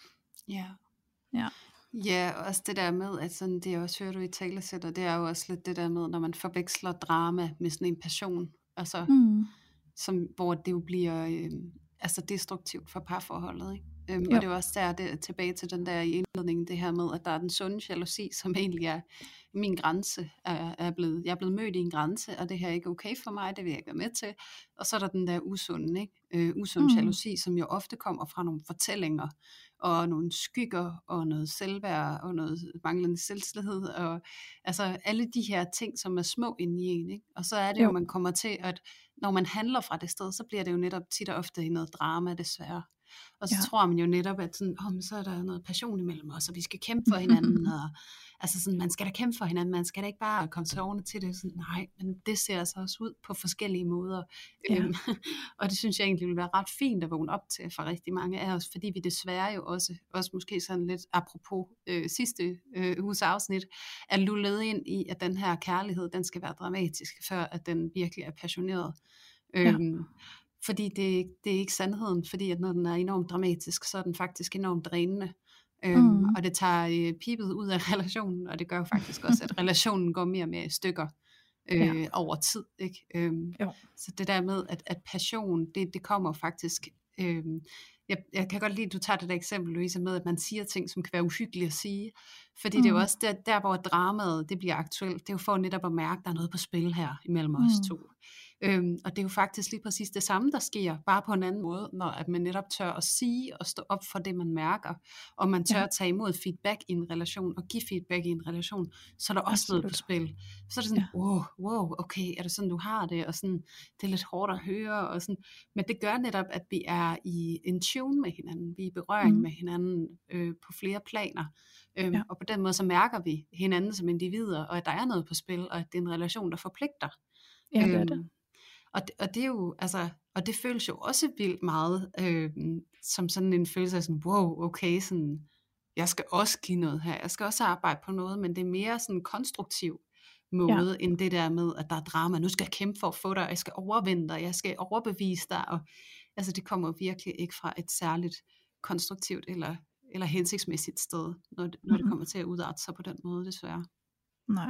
Ja. Ja. Ja, og også det der med, at sådan, det jeg også hører du i talesætter, det er jo også lidt det der med, når man forveksler drama med sådan en passion, altså, mm. som, hvor det jo bliver øh, altså destruktivt for parforholdet, ikke? Øhm, og det er også der, det, tilbage til den der i indledningen, det her med, at der er den sunde jalousi, som egentlig er min grænse, er, er blevet, jeg er blevet mødt i en grænse, og det her er ikke okay for mig, det vil jeg ikke være med til. Og så er der den der usunde, ikke? Øh, usund mm. jalousi, som jo ofte kommer fra nogle fortællinger, og nogle skygger, og noget selvværd, og noget manglende selvstændighed, og altså alle de her ting, som er små inde i en, ikke? Og så er det jo, jo man kommer til, at når man handler fra det sted, så bliver det jo netop tit og ofte noget drama, desværre. Og så ja. tror man jo netop, at sådan, oh, så er der noget passion imellem os, og vi skal kæmpe for hinanden, og altså sådan, man skal da kæmpe for hinanden, man skal da ikke bare komme sovende til det, sådan, nej, men det ser altså også ud på forskellige måder, ja. øhm, og det synes jeg egentlig vil være ret fint at vågne op til for rigtig mange af os, fordi vi desværre jo også, også måske sådan lidt apropos øh, sidste øh, uges afsnit, er lullet ind i, at den her kærlighed, den skal være dramatisk, før at den virkelig er passioneret. Øhm, ja. Fordi det, det er ikke sandheden, fordi at når den er enormt dramatisk, så er den faktisk enormt drænende. Øhm, mm. Og det tager øh, pibet ud af relationen, og det gør jo faktisk også, at relationen går mere med stykker øh, ja. over tid. Ikke? Øhm, så det der med, at, at passion, det, det kommer faktisk... Øh, jeg, jeg kan godt lide, at du tager det der eksempel, Louise, med, at man siger ting, som kan være uhyggelige at sige. Fordi mm. det er jo også der, der, hvor dramaet det bliver aktuelt. Det er jo for netop at mærke, at der er noget på spil her imellem mm. os to. Øhm, og det er jo faktisk lige præcis det samme, der sker, bare på en anden måde, når at man netop tør at sige og stå op for det, man mærker, og man tør ja. at tage imod feedback i en relation, og give feedback i en relation, så er der også Absolut. noget på spil. Så er det sådan, ja. wow, wow, okay, er det sådan, du har det, og sådan, det er lidt hårdt at høre, og sådan, men det gør netop, at vi er i en tune med hinanden, vi er i berøring mm. med hinanden øh, på flere planer, øhm, ja. og på den måde, så mærker vi hinanden som individer, og at der er noget på spil, og at det er en relation, der forpligter. Ja, det er det. Og det, og det er jo, altså, og det føles jo også vildt meget, øh, som sådan en følelse af sådan, wow, okay, sådan, jeg skal også give noget her, jeg skal også arbejde på noget, men det er mere sådan en konstruktiv måde, ja. end det der med, at der er drama, nu skal jeg kæmpe for at få dig, jeg skal overvinde dig, jeg skal overbevise dig, og altså det kommer virkelig ikke fra et særligt konstruktivt eller, eller hensigtsmæssigt sted, når det, når det kommer til at udarte sig på den måde, desværre. Nej.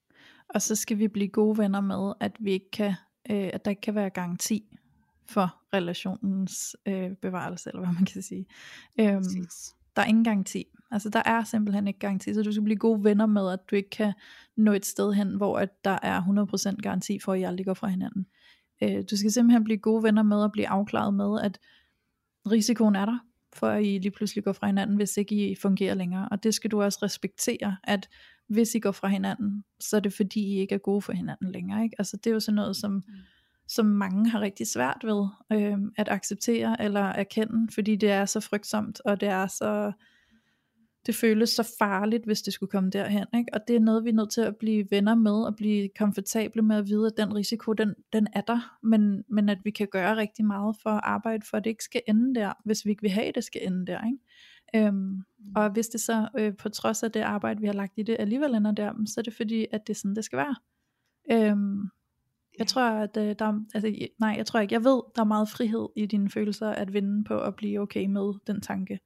Og så skal vi blive gode venner med, at vi ikke kan Øh, at der ikke kan være garanti for relationens øh, bevarelse, eller hvad man kan sige. Øhm, der er ingen garanti. Altså der er simpelthen ikke garanti, så du skal blive gode venner med, at du ikke kan nå et sted hen, hvor at der er hundrede procent garanti for, at I aldrig går fra hinanden. Øh, du skal simpelthen blive gode venner med, og blive afklaret med, at risikoen er der, for at I lige pludselig går fra hinanden, hvis ikke I fungerer længere. Og det skal du også respektere, at hvis I går fra hinanden, så er det fordi I ikke er gode for hinanden længere, ikke? Altså det er jo sådan noget, som, mm. som mange har rigtig svært ved øh, at acceptere eller erkende, fordi det er så frygtsomt, og det er så, det det føles så farligt, hvis det skulle komme derhen, ikke? Og det er noget, vi er nødt til at blive venner med, og blive komfortable med at vide, at den risiko, den, den er der, men, men at vi kan gøre rigtig meget for at arbejde for, at det ikke skal ende der, hvis vi ikke vil have, at det skal ende der, ikke? Øhm, og hvis det så øh, på trods af det arbejde, vi har lagt i det, alligevel ender der, så er det fordi, at det er sådan, det skal være. Øhm, jeg tror, at øh, der er, altså, nej, jeg tror ikke, jeg ved, der er meget frihed i dine følelser, at vinde på at blive okay med den tanke.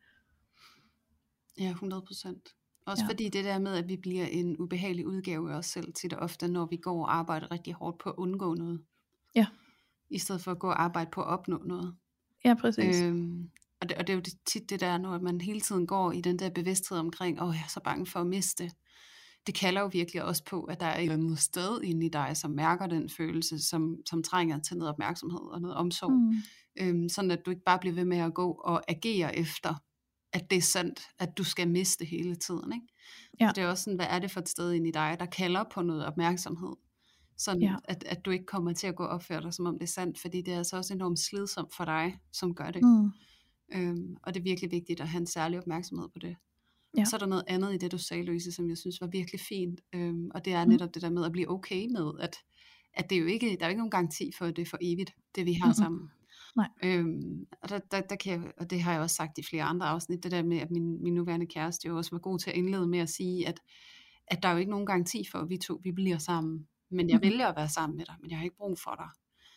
Ja, hundrede procent. Også Ja. fordi det der med, at vi bliver en ubehagelig udgave af os selv tit og ofte, når vi går og arbejder rigtig hårdt på at undgå noget. Ja. I stedet for at gå og arbejde på at opnå noget. Ja, præcis. Øhm, og, det, og det er jo det, tit det der, når man hele tiden går i den der bevidsthed omkring, åh, jeg er så bange for at miste. Det kalder jo virkelig også på, at der er et eller andet sted inde i dig, som mærker den følelse, som, som trænger til noget opmærksomhed og noget omsorg. Mm. Øhm, sådan at du ikke bare bliver ved med at gå og agere efter, at det er sandt, at du skal miste hele tiden, ikke? Ja. Så det er også sådan, hvad er det for et sted inde i dig, der kalder på noget opmærksomhed, sådan Ja. at, at du ikke kommer til at gå og opføre dig, som om det er sandt, fordi det er altså også enormt slidsomt for dig, som gør det. Mm. Øhm, og det er virkelig vigtigt at have en særlig opmærksomhed på det. Ja. Så er der noget andet i det, du sagde, Louise, som jeg synes var virkelig fint, øhm, og det er Mm. netop det der med at blive okay med, at, at det er jo ikke, der er jo ikke nogen garanti for, at det er for evigt, det vi har Mm-mm. sammen. Nej. Øhm, og, der, der, der kan jeg, og det har jeg også sagt i flere andre afsnit, det der med, at min, min nuværende kæreste jo også var god til at indlede med at sige, at, at der er jo ikke nogen garanti for, at vi to vi bliver sammen, men jeg Mm-mm. vælger at være sammen med dig, men jeg har ikke brug for dig.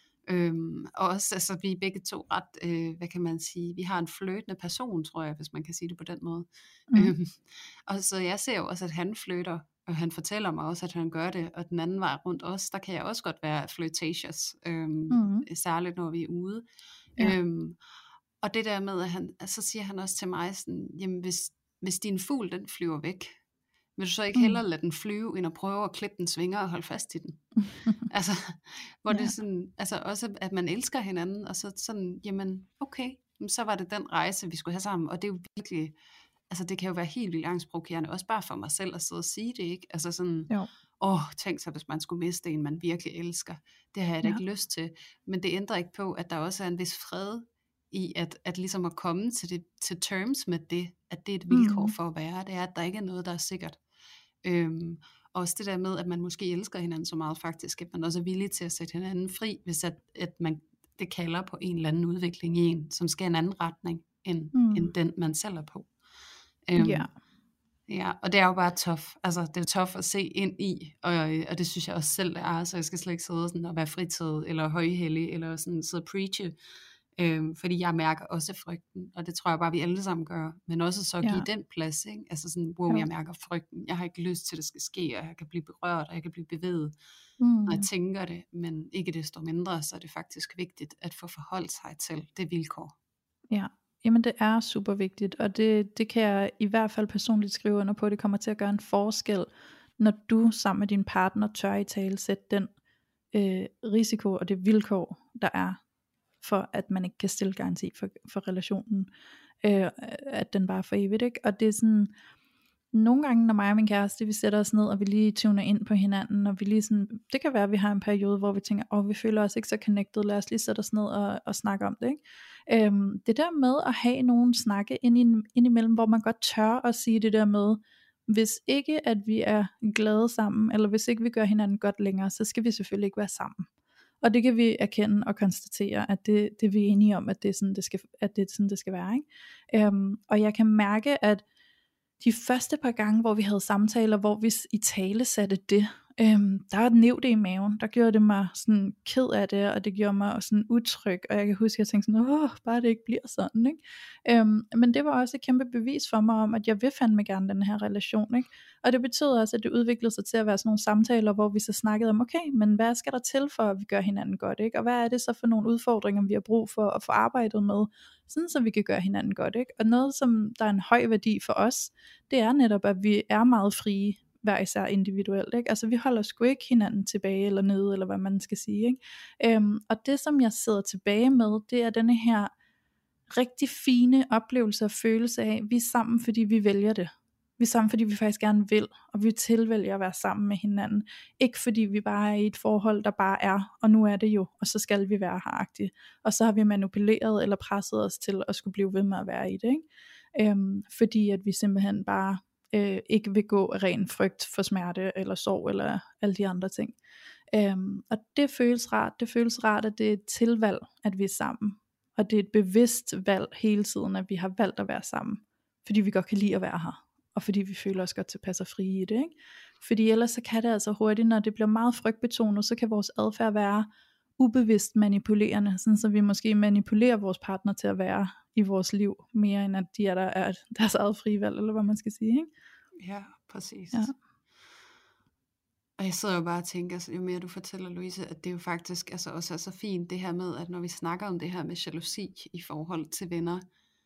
Øhm, og også, altså vi er begge to ret, øh, hvad kan man sige, vi har en flirtende person, tror jeg, hvis man kan sige det på den måde. Mm. Øhm, og så jeg ser jo også, at han flirter, og han fortæller mig også, at han gør det, og den anden vej rundt også, der kan jeg også godt være flirtatious, øhm, Mm. særligt når vi er ude. Ja. Øhm, og det der med, at han, så siger han også til mig sådan, jamen hvis, hvis din fugl, den flyver væk, vil du så ikke Mm. hellere lade den flyve, end at prøve at klippe den svinger og holde fast i den? Altså, hvor Ja. det er sådan, altså også, at man elsker hinanden, og så sådan, jamen, okay, så var det den rejse, vi skulle have sammen, og det er jo virkelig, altså det kan jo være helt vildt angstprovokerende, også bare for mig selv at sidde og sige det, ikke? Altså sådan, Jo. åh, tænk så, hvis man skulle miste en, man virkelig elsker, det har jeg da Ja. ikke lyst til, men det ændrer ikke på, at der også er en vis fred i, at, at ligesom at komme til, det, til terms med det, at det er et vilkår Mm. for at være, det er, at der ikke er noget, der er sikkert. Øhm, også det der med, at man måske elsker hinanden så meget faktisk, at man også er villig til at sætte hinanden fri, hvis at, at man, det kalder på en eller anden udvikling i en, som skal i en anden retning, end, Mm. end den man selv er på. Øhm, Ja. Ja, og det er jo bare tough. Altså, det er tough at se ind i, og, og det synes jeg også selv det er, så jeg skal slet ikke sidde sådan og være fritaget, eller højhellig, eller sådan sidde og preache, øhm, fordi jeg mærker også frygten, og det tror jeg bare, vi alle sammen gør, men også så at give Ja. den plads, ikke? Altså sådan, wow, Jo. jeg mærker frygten, jeg har ikke lyst til, at det skal ske, og jeg kan blive berørt, og jeg kan blive bevæget, Mm. når jeg tænker det, men ikke desto mindre, så er det faktisk vigtigt, at få forholdt sig til det vilkår. Ja. Jamen det er super vigtigt, og det, det kan jeg i hvert fald personligt skrive under på, det kommer til at gøre en forskel, når du sammen med din partner tør i tale sætte den øh, risiko og det vilkår, der er, for at man ikke kan stille garanti for, for relationen, øh, at den bare er for evigt, ikke? Og det er sådan, nogle gange når mig og min kæreste, vi sætter os ned, og vi lige tuner ind på hinanden, og vi lige sådan, det kan være, at vi har en periode, hvor vi tænker, åh, oh, vi føler os ikke så connected, lad os lige sætte os ned og, og snakke om det, ikke? Øhm, det der med at have nogen snakke ind, ind, ind imellem, hvor man godt tør at sige det der med, hvis ikke at vi er glade sammen, eller hvis ikke vi gør hinanden godt længere, så skal vi selvfølgelig ikke være sammen. Og det kan vi erkende og konstatere, at det, det er vi enige om, at det er sådan, det skal, at det er sådan, det skal være, ikke? Øhm, og jeg kan mærke, at de første par gange, hvor vi havde samtaler, hvor vi i tale satte det, øhm, der næv det i maven, der gjorde det mig sådan ked af det, og det gjorde mig sådan utryg, og jeg kan huske, at jeg tænkte sådan, åh, bare det ikke bliver sådan, ikke? Øhm, men det var også et kæmpe bevis for mig om, at jeg vil fandme gerne den her relation, ikke? Og det betød også, at det udviklede sig til at være sådan nogle samtaler, hvor vi så snakkede om, okay, men hvad skal der til for, at vi gør hinanden godt, ikke? Og hvad er det så for nogle udfordringer, vi har brug for at få arbejdet med, sådan så vi kan gøre hinanden godt, ikke? Og noget, som der er en høj værdi for os, det er netop, at vi er meget frie, hver især individuelt, ikke? Altså vi holder sgu ikke hinanden tilbage eller nede, eller hvad man skal sige, ikke? Øhm, og det som jeg sidder tilbage med, det er denne her rigtig fine oplevelse og følelse af, vi er sammen, fordi vi vælger det. Vi er sammen, fordi vi faktisk gerne vil, og vi tilvælger at være sammen med hinanden. Ikke fordi vi bare er i et forhold, der bare er, og nu er det jo, og så skal vi være heragtige. Og så har vi manipuleret eller presset os til at skulle blive ved med at være i det, ikke? Øhm, fordi at vi simpelthen bare øh, ikke vil gå af ren frygt for smerte, eller sorg, eller alle de andre ting. Øhm, og det føles rart, det føles rart, at det er et tilvalg, at vi er sammen, og det er et bevidst valg hele tiden, at vi har valgt at være sammen, fordi vi godt kan lide at være her, og fordi vi føler os godt tilpas og frie i det, ikke? Fordi ellers så kan det altså hurtigt, når det bliver meget frygtbetonet, så kan vores adfærd være ubevidst manipulerende, sådan så vi måske manipulerer vores partner til at være i vores liv, mere end at de er der er deres eget frie valg, eller hvad man skal sige, ikke? Ja, præcis. Ja. Og jeg sidder jo bare og tænker, jo mere du fortæller, Louise, at det jo faktisk altså også er så fint det her med, at når vi snakker om det her med jalousi i forhold til venner,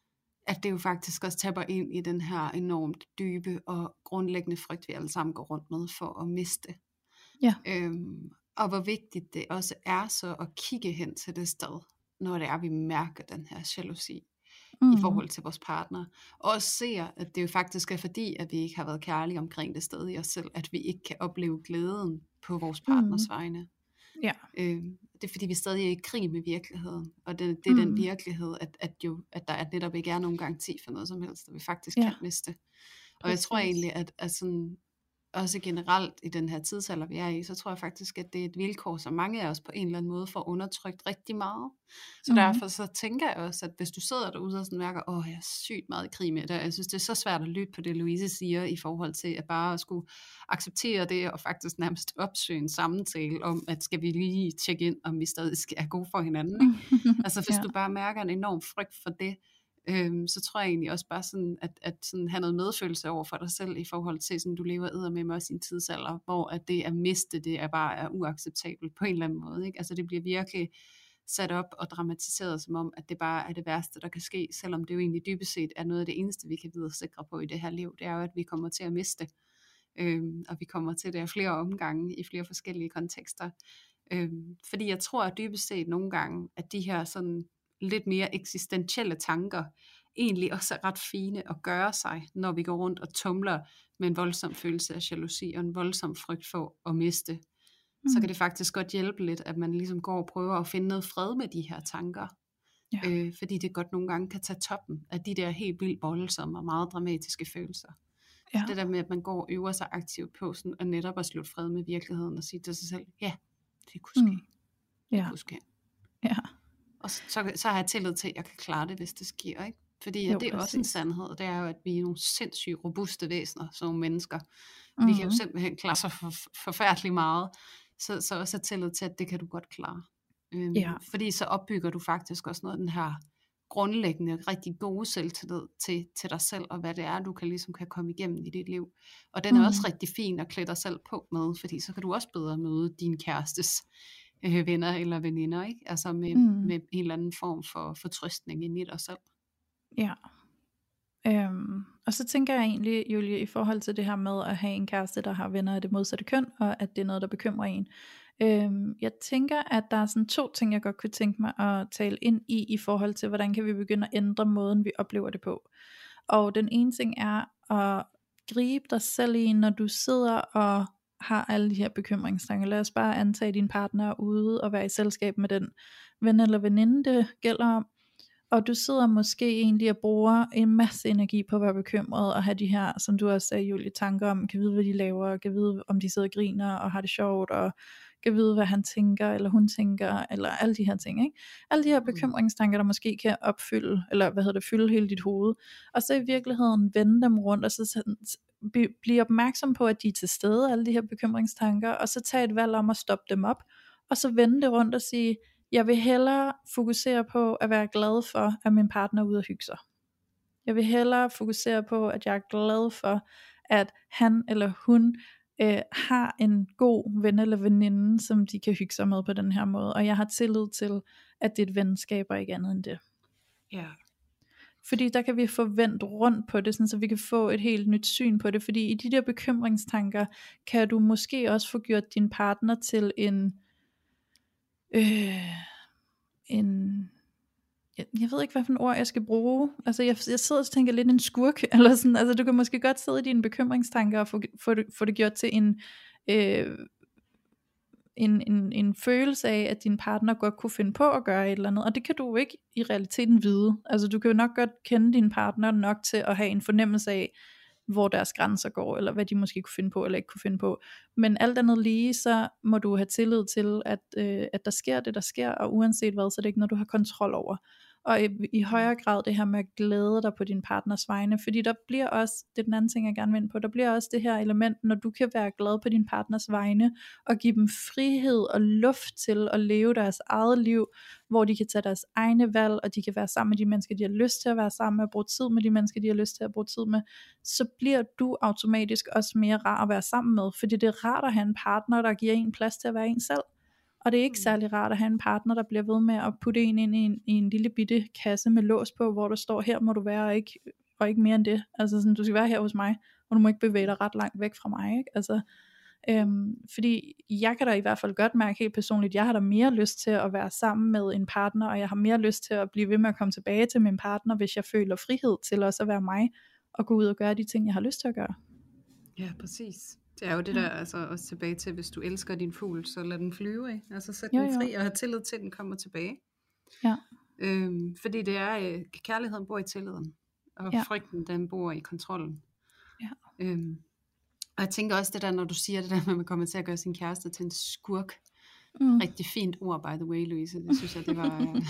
at det jo faktisk også tapper ind i den her enormt dybe og grundlæggende frygt, vi alle sammen går rundt med for at miste. Ja. Øhm, og hvor vigtigt det også er så at kigge hen til det sted, når det er, vi mærker den her jalousi mm. i forhold til vores partner. Og også ser, at det jo faktisk er fordi, at vi ikke har været kærlige omkring det sted i os selv, at vi ikke kan opleve glæden på vores partners mm. vegne. Ja. Øhm, det er fordi, vi stadig er i krig med virkeligheden. Og det, det er mm. den virkelighed, at, at, jo, at der at netop ikke er nogen garanti for noget som helst, og vi faktisk ja. kan miste. Og Præcis. Jeg tror egentlig, at, at sådan, også generelt i den her tidsalder, vi er i, så tror jeg faktisk, at det er et vilkår, som mange af os på en eller anden måde får undertrykt rigtig meget. Så mm-hmm. derfor så tænker jeg også, at hvis du sidder derude og sådan mærker, åh, jeg er sygt meget i krig med det, jeg synes, det er så svært at lytte på det, Louise siger, i forhold til at bare skulle acceptere det, og faktisk nærmest opsøge en samtale om, at skal vi lige tjekke ind, om vi stadig er gode for hinanden. Ikke? Altså hvis ja. du bare mærker en enorm frygt for det, Øhm, så tror jeg egentlig også bare sådan, at, at sådan have noget medfølelse over for dig selv, i forhold til, sådan du lever eddermed med også i en tidsalder, hvor at det at miste, det er bare er uacceptabelt på en eller anden måde, ikke? Altså det bliver virkelig sat op og dramatiseret, som om, at det bare er det værste, der kan ske, selvom det jo egentlig dybest set er noget af det eneste, vi kan vide sikre på i det her liv, det er jo, at vi kommer til at miste, øhm, og vi kommer til det af flere omgange, i flere forskellige kontekster, øhm, fordi jeg tror, at dybest set nogle gange, at de her sådan lidt mere eksistentielle tanker egentlig også er ret fine at gøre sig, når vi går rundt og tumler med en voldsom følelse af jalousi og en voldsom frygt for at miste. Mm. Så kan det faktisk godt hjælpe lidt, at man ligesom går og prøver at finde noget fred med de her tanker. Ja. Øh, fordi det godt nogle gange kan tage toppen af de der helt vildt voldsomme og meget dramatiske følelser. Ja. Det der med, at man går og øver sig aktivt på sådan, og netop at slutte fred med virkeligheden og sige til sig selv, ja, det kunne ske. Mm. Det ja. kunne ske. Ja. Og så, så, så har jeg tillid til, at jeg kan klare det, hvis det sker, ikke? Fordi jo, det er præcis. Også en sandhed, og det er jo, at vi er nogle sindssygt robuste væsener, som nogle mennesker. Mm-hmm. Vi kan jo simpelthen klare så for, forfærdeligt meget, så, så også have tillid til, at det kan du godt klare. Øhm, ja. Fordi så opbygger du faktisk også noget af den her grundlæggende, rigtig gode selvtillid til, til dig selv, og hvad det er, du kan, ligesom kan komme igennem i dit liv. Og den er mm. også rigtig fin at klæde dig selv på med, fordi så kan du også bedre møde din kærestes øh, venner eller veninder, ikke? Altså med, mm. med en eller anden form for fortrøstning ind i dig selv. Ja. Øhm, og så tænker jeg egentlig, Julie, i forhold til det her med at have en kæreste, der har venner af det modsatte køn, og at det er noget, der bekymrer en. Øhm, jeg tænker, at der er sådan to ting, jeg godt kunne tænke mig at tale ind i, i forhold til, hvordan kan vi begynde at ændre måden, vi oplever det på. Og den ene ting er at gribe dig selv i, når du sidder og har alle de her bekymringstanker. Lad os bare antage, at din partner er ude og være i selskab med den ven eller veninde, det gælder om. Og du sidder måske egentlig og bruger en masse energi på at være bekymret, og have de her, som du også sagde, Julie, tanker om, kan vide, hvad de laver, kan vide, om de sidder og griner, og har det sjovt, og kan vide, hvad han tænker, eller hun tænker, eller alle de her ting, ikke? Alle de her bekymringstanker, der måske kan opfylde, eller hvad hedder det, fylde hele dit hoved, og så i virkeligheden vende dem rundt, og så blive opmærksom på, at de er til stede, alle de her bekymringstanker, og så tage et valg om at stoppe dem op, og så vende det rundt og sige, jeg vil hellere fokusere på at være glad for, at min partner er ude og hygge sig. Jeg vil hellere fokusere på, at jeg er glad for, at han eller hun øh, har en god ven eller veninde, som de kan hygge sig med på den her måde. Og jeg har tillid til, at det er et venskab og ikke andet end det. Ja. Fordi der kan vi få vendt rundt på det, sådan, så vi kan få et helt nyt syn på det. Fordi i de der bekymringstanker, kan du måske også få gjort din partner til en... Øh, en jeg, jeg ved ikke hvad for en ord jeg skal bruge. Altså jeg, jeg sidder og tænker lidt en skurk eller sådan. Altså du kan måske godt sidde i dine bekymringstanker og få, få, det, få det gjort til en, øh, en, en, en følelse af at din partner godt kunne finde på at gøre et eller andet. Og det kan du jo ikke i realiteten vide. Altså du kan jo nok godt kende din partner nok til at have en fornemmelse af, hvor deres grænser går, eller hvad de måske kunne finde på, eller ikke kunne finde på. Men alt andet lige, så må du have tillid til, at, øh, at der sker det, der sker, og uanset hvad, så er det ikke noget, du har kontrol over. Og i, i højere grad det her med at glæde dig på din partners vegne, fordi der bliver også, det er den anden ting jeg gerne vil ind på, der bliver også det her element, når du kan være glad på din partners vegne, og give dem frihed og luft til at leve deres eget liv, hvor de kan tage deres egne valg, og de kan være sammen med de mennesker, de har lyst til at være sammen med, og bruge tid med de mennesker, de har lyst til at bruge tid med, så bliver du automatisk også mere rar at være sammen med, fordi det er rart at have en partner, der giver en plads til at være en selv. Og det er ikke særlig rart at have en partner, der bliver ved med at putte en ind i en, i en lille bitte kasse med lås på, hvor der står, her må du være, og ikke, og ikke mere end det. Altså sådan, du skal være her hos mig, og du må ikke bevæge dig ret langt væk fra mig, ikke? Altså, øhm, fordi jeg kan da i hvert fald godt mærke helt personligt, jeg har da mere lyst til at være sammen med en partner, og jeg har mere lyst til at blive ved med at komme tilbage til min partner, hvis jeg føler frihed til også at være mig, og gå ud og gøre de ting, jeg har lyst til at gøre. Ja, præcis. Det er jo det der, altså også tilbage til, hvis du elsker din fugl, så lad den flyve, ikke? Altså sæt Jo, den jo. fri, og have tillid til, at den kommer tilbage. Ja. Øhm, fordi det er, øh, kærligheden bor i tilliden, og Ja. frygten, den bor i kontrollen. Ja. Øhm, og jeg tænker også det der, når du siger det der, med at man kommer til at gøre sin kæreste til en skurk. Mm. Rigtig fint ord, by the way, Louise. Det synes jeg, det var... Øh...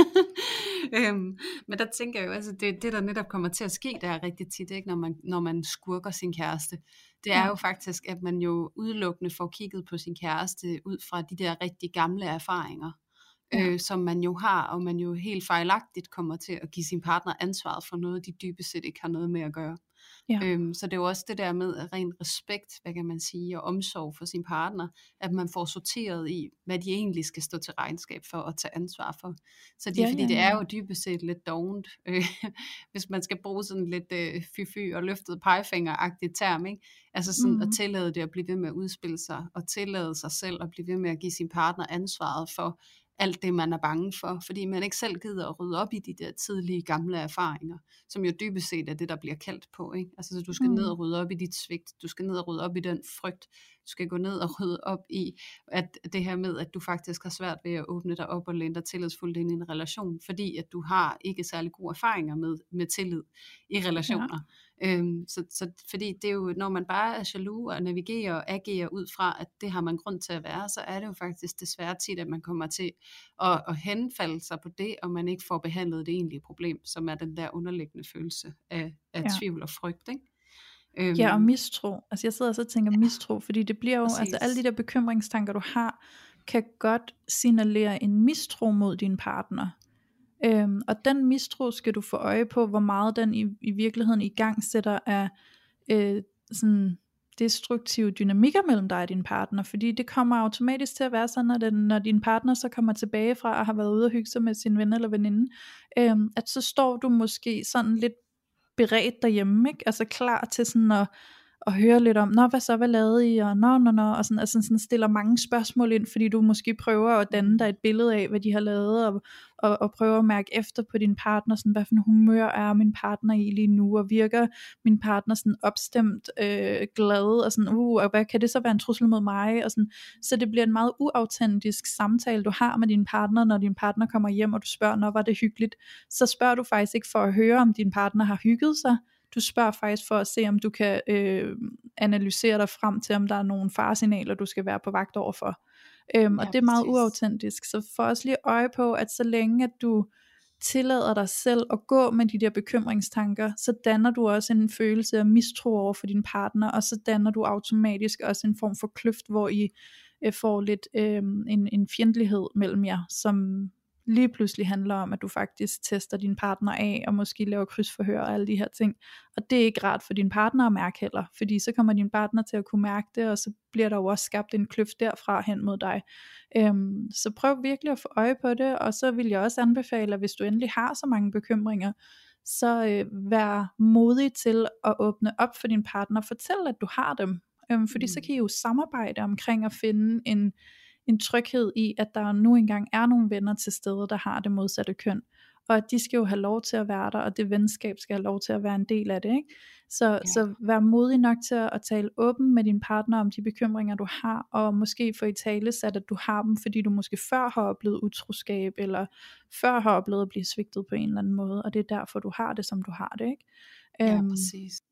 øhm, men der tænker jeg jo, altså det, det der netop kommer til at ske, der er rigtig tit, ikke, når man, når man skurker sin kæreste, det er Ja. jo faktisk, at man jo udelukkende får kigget på sin kæreste ud fra de der rigtig gamle erfaringer, Ja. øh, som man jo har, og man jo helt fejlagtigt kommer til at give sin partner ansvaret for noget, de dybest set ikke har noget med at gøre. Ja. Øhm, så det er jo også det der med at ren respekt, hvad kan man sige, og omsorg for sin partner, at man får sorteret i, hvad de egentlig skal stå til regnskab for og tage ansvar for. Så det er Ja, fordi, ja, det ja. er jo dybest set lidt dovent, øh, hvis man skal bruge sådan lidt øh, fy-fy og løftet pegefinger-agtigt term, ikke? Altså sådan Mhm. at tillade det at blive ved med at udspille sig, og tillade sig selv at blive ved med at give sin partner ansvaret for alt det, man er bange for, fordi man ikke selv gider at rydde op i de der tidlige gamle erfaringer, som jo dybest set er det, der bliver kaldt på, ikke? Altså, så du skal Mm. ned og rydde op i dit svigt, du skal ned og rydde op i den frygt, du skal gå ned og rydde op i, at det her med, at du faktisk har svært ved at åbne dig op og læne dig tillidsfuldt ind i en relation, fordi at du har ikke særlig gode erfaringer med, med tillid i relationer. Ja. Øhm, så, så fordi det er jo, når man bare er jaloux og navigerer og agerer ud fra, at det har man grund til at være, så er det jo faktisk desværre tit, at man kommer til at, at henfalde sig på det, og man ikke får behandlet det egentlige problem, som er den der underliggende følelse af, af Ja. tvivl og frygt, ikke? Øhm, Ja, og mistro. Altså jeg sidder også og tænker mistro, fordi det bliver jo, præcis. altså alle de der bekymringstanker, du har, kan godt signalere en mistro mod din partner. Øhm, og den mistro skal du få øje på, hvor meget den i, i virkeligheden i gang sætter af øh, sådan destruktive dynamikker mellem dig og din partner, fordi det kommer automatisk til at være sådan, at den, når din partner så kommer tilbage fra at have været ude og hygge sig med sin ven eller veninde, øhm, at så står du måske sådan lidt beredt derhjemme, ikke? Altså klar til sådan at, at høre lidt om, nå hvad så, hvad lavede I, og nå, nå, nå, og sådan, altså sådan stiller mange spørgsmål ind, fordi du måske prøver at danne dig et billede af, hvad de har lavet, og, og, og prøver at mærke efter på din partner, sådan, hvad for en humør er min partner i lige nu, og virker min partner sådan opstemt, øh, glad, og sådan, uh, og hvad kan det så være en trussel mod mig, og sådan, så det bliver en meget uautentisk samtale, du har med din partner, når din partner kommer hjem, og du spørger, nå var det hyggeligt, så spørger du faktisk ikke for at høre, om din partner har hygget sig, du spørger faktisk for at se, om du kan øh, analysere dig frem til, om der er nogle faresignaler, du skal være på vagt overfor. Øhm, Ja, og det er meget præcis. uautentisk. Så få også lige øje på, at så længe at du tillader dig selv at gå med de der bekymringstanker, så danner du også en følelse af mistro over for din partner, og så danner du automatisk også en form for kløft, hvor I øh, får lidt øh, en, en fjendtlighed mellem jer, som lige pludselig handler om, at du faktisk tester din partner af, og måske laver krydsforhør og alle de her ting. Og det er ikke rart for din partner at mærke heller, fordi så kommer din partner til at kunne mærke det, og så bliver der jo også skabt en kløft derfra hen mod dig. Øhm, så prøv virkelig at få øje på det, og så vil jeg også anbefale, at hvis du endelig har så mange bekymringer, så øh, vær modig til at åbne op for din partner, fortæl at du har dem, øhm, fordi mm. så kan I jo samarbejde omkring at finde en en tryghed i, at der nu engang er nogle venner til stede, der har det modsatte køn, og at de skal jo have lov til at være der, og det venskab skal have lov til at være en del af det, ikke? Så, ja. så vær modig nok til at tale åben med din partner om de bekymringer, du har, og måske få i tale sat, at du har dem, fordi du måske før har oplevet utroskab, eller før har oplevet at blive svigtet på en eller anden måde, og det er derfor, du har det, som du har det, ikke? Ja, øhm, præcis.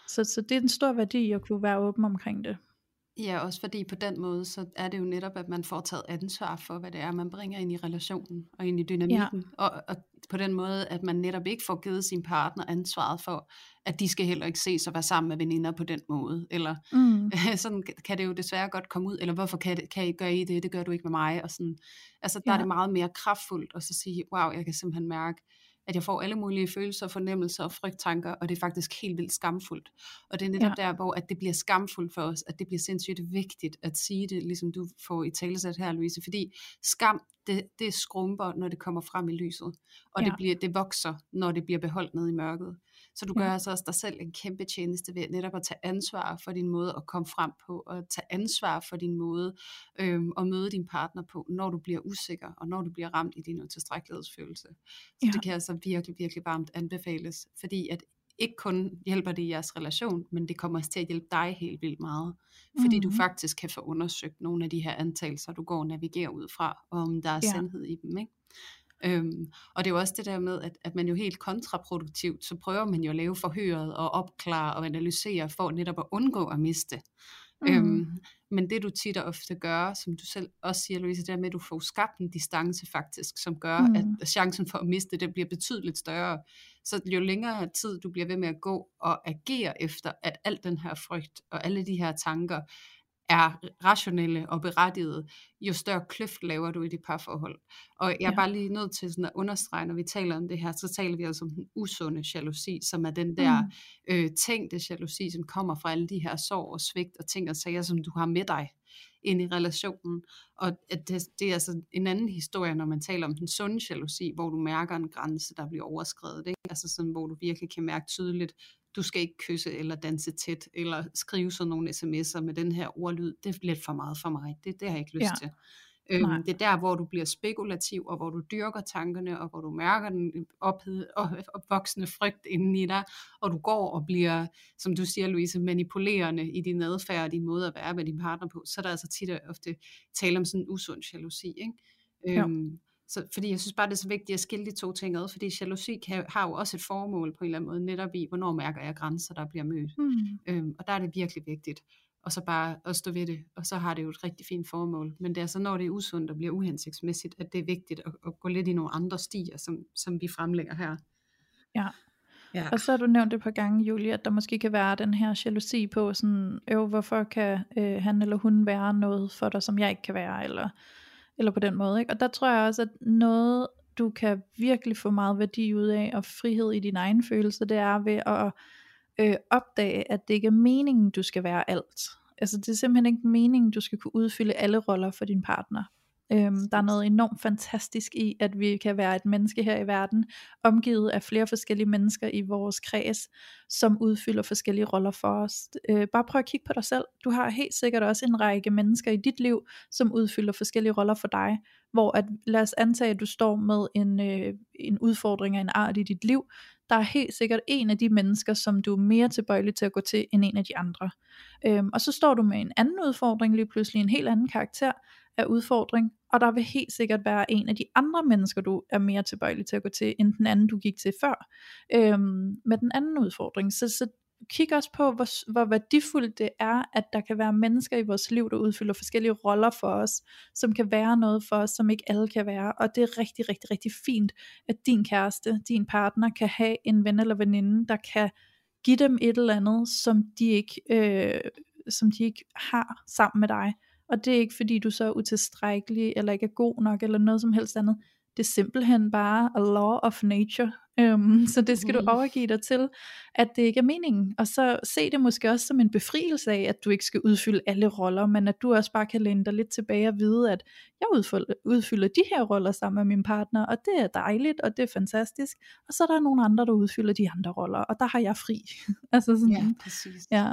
Så, så det er en stor værdi at kunne være åben omkring det. Ja, også fordi på den måde, så er det jo netop, at man får taget ansvar for, hvad det er, man bringer ind i relationen og ind i dynamikken. Ja. Og, og på den måde, at man netop ikke får givet sin partner ansvaret for, at de skal heller ikke ses og være sammen med veninder på den måde. Eller mm. sådan kan det jo desværre godt komme ud. Eller hvorfor kan, det, kan I gøre I det? Det gør du ikke med mig. Og sådan. Altså der ja. er det meget mere kraftfuldt at så sige, wow, jeg kan simpelthen mærke, at jeg får alle mulige følelser, fornemmelser og frygttanker, og det er faktisk helt vildt skamfuldt. Og det er netop ja. der, hvor at det bliver skamfuldt for os, at det bliver sindssygt vigtigt at sige det, ligesom du får i talesæt her, Louise, fordi skam, det, det skrumper, når det kommer frem i lyset, og ja. det, bliver, det vokser, når det bliver beholdt nede i mørket. Så du gør ja. altså også dig selv en kæmpe tjeneste ved netop at tage ansvar for din måde at komme frem på, og tage ansvar for din måde øhm, at møde din partner på, når du bliver usikker, og når du bliver ramt i din utilstrækkelighedsfølelse. Så ja. det kan altså virkelig, virkelig varmt anbefales, fordi at ikke kun hjælper det i jeres relation, men det kommer også til at hjælpe dig helt vildt meget, fordi mm. du faktisk kan få undersøgt nogle af de her antagelser, du går og navigerer ud fra, og om der er ja. sandhed i dem, ikke? Øhm, og det er jo også det der med, at, at man jo helt kontraproduktivt, så prøver man jo at lave forhøret og opklare og analysere for netop at undgå at miste. Mm. Øhm, men det du tit og ofte gør, som du selv også siger, Louise, det er med, at du får skabt en distance faktisk, som gør, mm. at chancen for at miste det bliver betydeligt større. Så jo længere tid du bliver ved med at gå og agere efter, at al den her frygt og alle de her tanker er rationelle og berettigede, jo større kløft laver du i dit parforhold. Og jeg er ja. bare lige nødt til sådan at understrege, når vi taler om det her, så taler vi altså om den usunde jalousi, som er den der mm. øh, tænkte jalousi, som kommer fra alle de her sorg og svigt og ting og sager, som du har med dig ind i relationen. Og at det, det er altså en anden historie, når man taler om den sunde jalousi, hvor du mærker en grænse, der bliver overskredet. Ikke? Altså sådan, hvor du virkelig kan mærke tydeligt, du skal ikke kysse eller danse tæt, eller skrive sådan nogle sms'er med den her ordlyd. Det er lidt for meget for mig. Det, det har jeg ikke lyst ja. til. Øhm, det er der, hvor du bliver spekulativ, og hvor du dyrker tankerne, og hvor du mærker den ophed, opvoksende frygt inden i dig, og du går og bliver, som du siger, Louise, manipulerende i din adfærd og din måde at være med din partner på. Så er der altså tit og ofte tale om sådan en usund jalousi, ikke? Øhm, Så, fordi jeg synes bare, det er så vigtigt at skille de to ting ad, fordi jalousi kan, har jo også et formål på en eller anden måde, netop i, hvornår mærker jeg grænser, der bliver mødt. Mm. Øhm, og der er det virkelig vigtigt, og så bare at stå ved det, og så har det jo et rigtig fint formål. Men det er så, når det er usundt og bliver uhensigtsmæssigt, at det er vigtigt at, at gå lidt i nogle andre stier, som, som vi fremlægger her. Ja. Ja. Og så har du nævnt det på gange, Julie, at der måske kan være den her jalousi på, sådan, øh, hvorfor kan øh, han eller hun være noget for dig, som jeg ikke kan være, eller... eller på den måde, ikke? Og der tror jeg også, at noget, du kan virkelig få meget værdi ud af, og frihed i din egen følelse, det er ved at øh, opdage, at det ikke er meningen, du skal være alt. Altså det er simpelthen ikke meningen, du skal kunne udfylde alle roller for din partner. Øhm, der er noget enormt fantastisk i, at vi kan være et menneske her i verden, omgivet af flere forskellige mennesker i vores kreds, som udfylder forskellige roller for os. Øh, bare prøv at kigge på dig selv. Du har helt sikkert også en række mennesker i dit liv, som udfylder forskellige roller for dig, hvor at, lad os antage, at du står med en, øh, en udfordring af en art i dit liv. Der er helt sikkert en af de mennesker, som du er mere tilbøjelig til at gå til, end en af de andre. Øhm, og så står du med en anden udfordring, lige pludselig en helt anden karakter af udfordring, og der vil helt sikkert være en af de andre mennesker, du er mere tilbøjelig til at gå til, end den anden, du gik til før, øhm, med den anden udfordring. Så, så kig også på, hvor, hvor værdifuldt det er, at der kan være mennesker i vores liv, der udfylder forskellige roller for os, som kan være noget for os, som ikke alle kan være, og det er rigtig, rigtig, rigtig fint, at din kæreste, din partner, kan have en ven eller veninde, der kan give dem et eller andet, som de ikke, øh, som de ikke har sammen med dig. Og det er ikke fordi du så er utilstrækkelig, eller ikke er god nok, eller noget som helst andet. Det er simpelthen bare a law of nature. Um, så det skal mm. du overgive dig til, at det ikke er meningen. Og så se det måske også som en befrielse af, at du ikke skal udfylde alle roller, men at du også bare kan læne dig lidt tilbage og vide, at jeg udfylder, udfylder de her roller sammen med min partner, og det er dejligt, og det er fantastisk. Og så er der nogle andre, der udfylder de andre roller, og der har jeg fri. altså sådan, ja, præcis. Ja.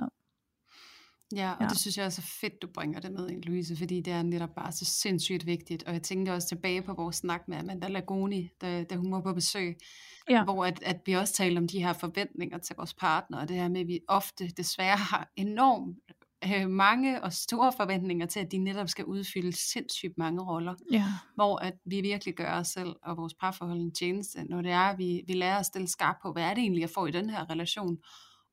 Ja, og ja. Det synes jeg er så fedt, du bringer det med ind, Louise, fordi det er netop bare så sindssygt vigtigt, og jeg tænker også tilbage på vores snak med Amanda Lagoni, da, da hun var på besøg, ja. hvor at, at vi også talte om de her forventninger til vores partner, og det her med, at vi ofte desværre har enormt øh, mange og store forventninger til, at de netop skal udfylde sindssygt mange roller, ja. hvor at vi virkelig gør os selv og vores parforhold en tjeneste, når det er, at vi, vi lærer at stille skarpt på, hvad er det egentlig, jeg får i den her relation,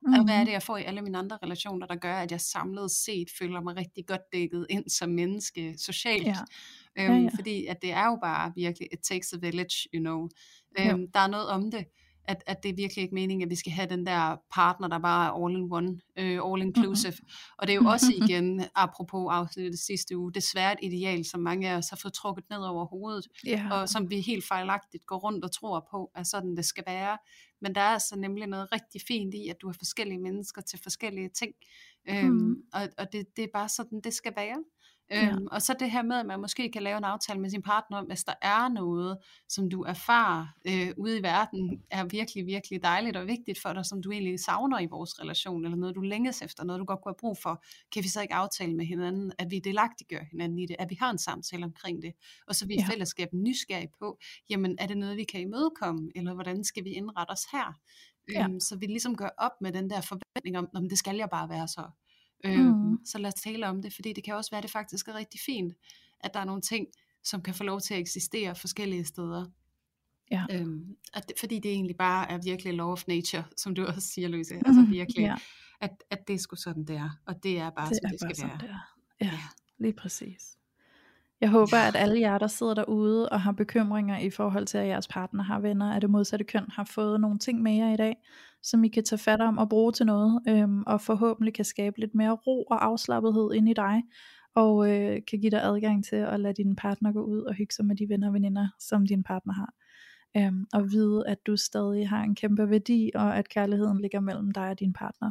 Og hvad er Mm. det, jeg får i alle mine andre relationer, der gør, at jeg samlet set føler mig rigtig godt dækket ind som menneske socialt. Ja. Ja, Øhm, ja. fordi at det er jo bare virkelig, it takes a village, you know. Jo. Øhm, der er noget om det, at, at det er virkelig ikke meningen, at vi skal have den der partner, der bare er all in one, øh, all inclusive. Mm-mm. Og det er jo også igen, apropos afsnittet sidste uge, desværre et ideal, som mange af os har fået trukket ned over hovedet, Ja. og som vi helt fejlagtigt går rundt og tror på, at sådan det skal være. Men der er altså nemlig noget rigtig fint i, at du har forskellige mennesker til forskellige ting. Øhm, Mm. og og det, det er bare sådan, det skal være. Ja. Øhm, og så det her med, at man måske kan lave en aftale med sin partner om, hvis der er noget, som du erfarer øh, ude i verden, er virkelig, virkelig dejligt og vigtigt for dig, som du egentlig savner i vores relation, eller noget du længes efter, noget du godt kunne have brug for, kan vi så ikke aftale med hinanden, at vi delagtiggør hinanden i det, at vi har en samtale omkring det, og så vi i Ja. fællesskab nysgerrige på, jamen er det noget, vi kan imødekomme, eller hvordan skal vi indrette os her? Ja. Øhm, så vi ligesom gør op med den der forventning om, om det skal jeg bare være så. Mm. Øhm, så lad os tale om det, fordi det kan også være, at det faktisk er rigtig fint, at der er nogle ting, som kan få lov til at eksistere forskellige steder. Ja. Øhm, at det, fordi det egentlig bare er virkelig law of nature, som du også siger, Louise. Altså virkelig, Ja. at, at det er sgu sådan, det er. Og det er bare, Det som er det bare skal sådan, være. det er. Ja, Ja. lige præcis. Jeg håber, Ja. at alle jer, der sidder derude og har bekymringer i forhold til, at jeres partner har venner af det modsatte køn, har fået nogle ting med jer i dag, som I kan tage fat om og bruge til noget, øhm, og forhåbentlig kan skabe lidt mere ro og afslappethed inde i dig, og øh, kan give dig adgang til at lade din partner gå ud og hygge sig med de venner og veninder, som din partner har. Øhm, og vide, at du stadig har en kæmpe værdi, og at kærligheden ligger mellem dig og din partner.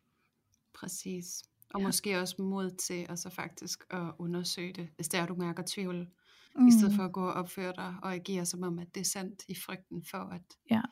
Præcis. Og Ja. måske også mod til at så faktisk at undersøge det, hvis det er, du mærker tvivl, Mm. i stedet for at gå og opføre dig og agere som om, at det er sandt, i frygten for, at, Ja.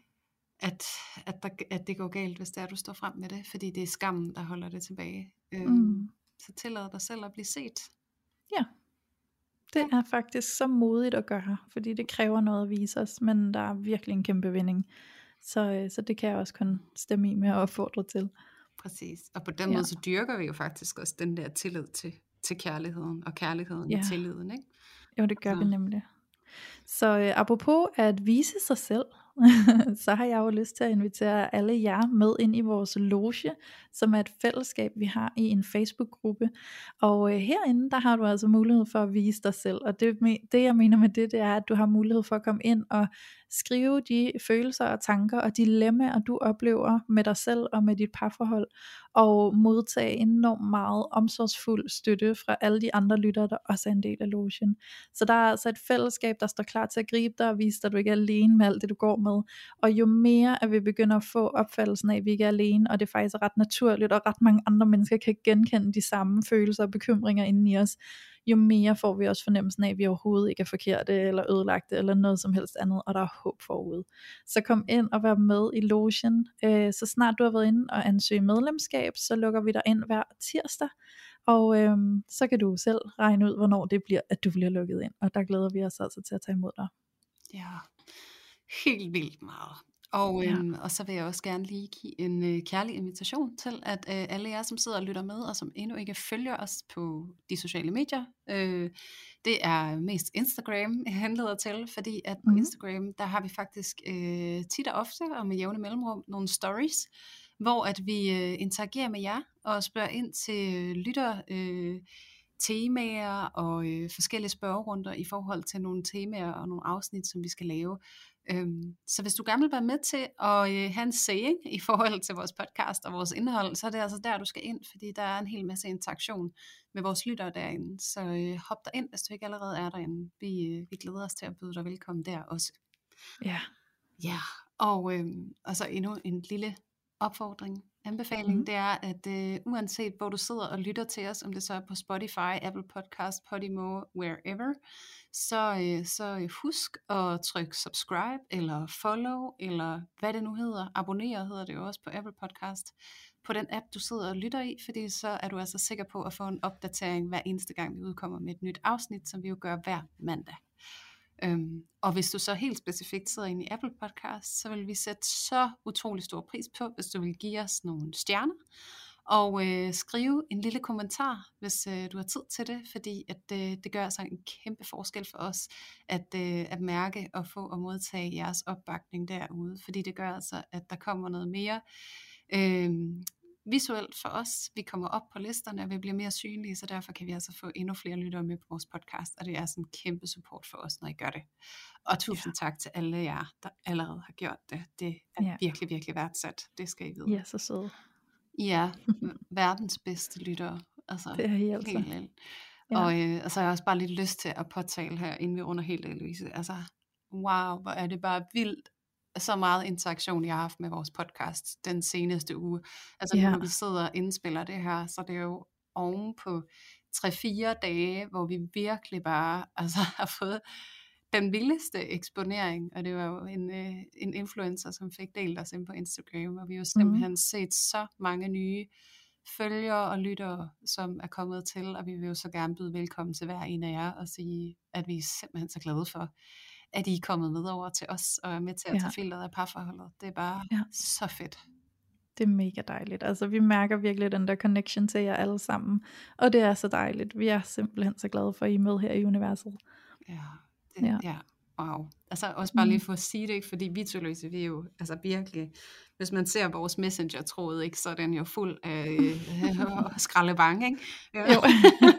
at, at, der, at det går galt, hvis det er, du står frem med det, fordi det er skammen, der holder det tilbage. Øhm, Mm. Så tillad dig selv at blive set. Ja. Det Ja. er faktisk så modigt at gøre, fordi det kræver noget at vise os, men der er virkelig en kæmpe vinding. Så, øh, så det kan jeg også kun stemme i med at opfordre til. Præcis. Og på den Ja. måde, så dyrker vi jo faktisk også den der tillid til, til kærligheden, og kærligheden Ja. i tilliden, ikke? Jo, det gør Så. vi nemlig. Så øh, apropos at vise sig selv, så har jeg jo lyst til at invitere alle jer med ind i vores loge, som er et fællesskab, vi har i en Facebook-gruppe. Og øh, herinde, der har du altså mulighed for at vise dig selv. Og det, det jeg mener med det, det er, at du har mulighed for at komme ind og skrive de følelser og tanker og dilemmaer, du oplever med dig selv og med dit parforhold, og modtage enormt meget omsorgsfuld støtte fra alle de andre lyttere, der også er en del af logen. Så der er altså et fællesskab, der står klar til at gribe dig og vise dig, at du ikke er alene med alt det, du går med. Og jo mere, at vi begynder at få opfattelsen af, at vi ikke er alene, og det faktisk er ret naturligt, og ret mange andre mennesker kan genkende de samme følelser og bekymringer inden i os, jo mere får vi også fornemmelsen af, at vi overhovedet ikke er forkerte, eller ødelagte, eller noget som helst andet, og der er håb forude. Så kom ind og vær med i logen. Øh, så snart du har været inde og ansøge medlemskab, så lukker vi dig ind hver tirsdag, og øhm, så kan du selv regne ud, hvornår det bliver, at du bliver lukket ind, og der glæder vi os altså til at tage imod dig. Ja, helt vildt meget. Og, Ja. øhm, og så vil jeg også gerne lige give en øh, kærlig invitation til, at øh, alle jer, som sidder og lytter med, og som endnu ikke følger os på de sociale medier, øh, det er mest Instagram, jeg henleder til, fordi at på Mhm. Instagram, der har vi faktisk øh, tit og ofte, og med jævne mellemrum, nogle stories, hvor at vi øh, interagerer med jer, og spørger ind til øh, lytter, øh, temaer og øh, forskellige spørgerunder i forhold til nogle temaer og nogle afsnit, som vi skal lave. Øhm, så hvis du gerne vil være med til at øh, have en saying i forhold til vores podcast og vores indhold, så er det altså der, du skal ind, fordi der er en hel masse interaktion med vores lyttere derinde. Så øh, hop der ind, hvis du ikke allerede er derinde. Vi, øh, vi glæder os til at byde dig velkommen der også. Ja. Ja, og, øh, og så endnu en lille opfordring, anbefaling, Mhm. det er, at øh, uanset hvor du sidder og lytter til os, om det så er på Spotify, Apple Podcast, Podimo, wherever, så, øh, så øh, husk at trykke subscribe, eller follow, eller hvad det nu hedder, abonnere hedder det jo også på Apple Podcast, på den app, du sidder og lytter i, fordi så er du altså sikker på at få en opdatering hver eneste gang, vi udkommer med et nyt afsnit, som vi jo gør hver mandag. Øhm, og hvis du så helt specifikt sidder inde i Apple Podcast, så vil vi sætte så utrolig stor pris på, hvis du vil give os nogle stjerner, og øh, skrive en lille kommentar, hvis øh, du har tid til det, fordi at, øh, det gør altså en kæmpe forskel for os, at, øh, at mærke og få og modtage jeres opbakning derude, fordi det gør altså, at der kommer noget mere Øhm, visuelt for os, vi kommer op på listerne, og vi bliver mere synlige, så derfor kan vi altså få endnu flere lyttere med på vores podcast, og det er sådan en kæmpe support for os, når I gør det. Og tusind ja. tak til alle jer, der allerede har gjort det. Det er ja. virkelig, virkelig værdsat. Det skal I vide. Ja, så søde. I er verdens bedste lyttere. Altså, det er I altså. Helt vildt. Ja. Og, øh, og så har jeg også bare lidt lyst til at påtale her, inden vi runder helt af, Louise. Altså, wow, hvor er det bare vildt, så meget interaktion, jeg har haft med vores podcast den seneste uge. Altså, ja. Når vi sidder og indspiller det her, så det er jo oven på tre-fire dage, hvor vi virkelig bare altså, har fået den vildeste eksponering, og det var jo en, øh, en influencer, som fik delt os ind på Instagram, og vi har jo simpelthen mm. set så mange nye følgere og lyttere, som er kommet til, og vi vil jo så gerne byde velkommen til hver en af jer, og sige, at vi er simpelthen så glade for, at I er kommet med over til os, og er med til at ja. tage filteret af parforholdet. Det er bare ja. så fedt. Det er mega dejligt. Altså vi mærker virkelig den der connection til jer alle sammen, og det er så dejligt. Vi er simpelthen så glade for, at I er med her i universet. Ja. Det, ja. ja, wow. Altså også bare lige for at sige det, ikke? Fordi vi to, Louise, vi er jo altså virkelig, hvis man ser vores messenger-tråd, ikke, så er den jo fuld af øh, skraldebang, ikke? Ja. Jo.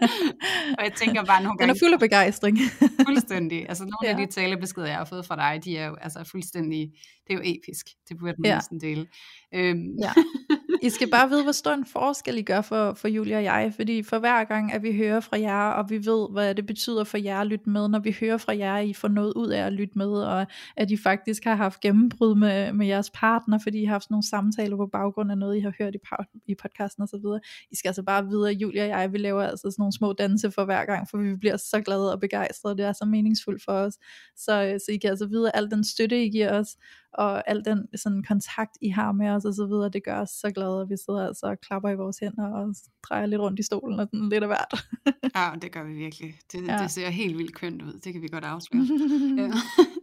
Og jeg tænker bare nogle gange... Den er fuld af begejstring. Fuldstændig. Altså nogle ja. af de talebeskeder, jeg har fået fra dig, de er jo altså fuldstændig, det er jo episk. Det burde man ja. næsten dele. Øhm. Ja. I skal bare vide, hvor stor en forskel I gør for, for Julie og jeg, fordi for hver gang, at vi hører fra jer, og vi ved, hvad det betyder for jer at lytte med, når vi hører fra jer, I får noget ud af at lytte med, og at I faktisk har haft gennembrud med, med jeres partner, fordi I har haft nogle samtaler på baggrund af noget, I har hørt i, i podcasten og så videre. I skal altså bare vide, at Julie og jeg, vi laver altså sådan nogle små danse for hver gang, for vi bliver så glade og begejstrede, det er så meningsfuldt for os. Så, så I kan altså vide, at al den støtte, I giver os, og al den sådan kontakt I har med os og så videre, det gør os så glade, at vi sidder altså og klapper i vores hænder og drejer lidt rundt i stolen og sådan lidt af hvert. Ja, det gør vi virkelig. Det, ja. det ser helt vildt kønt ud, det kan vi godt afsløre. Ja.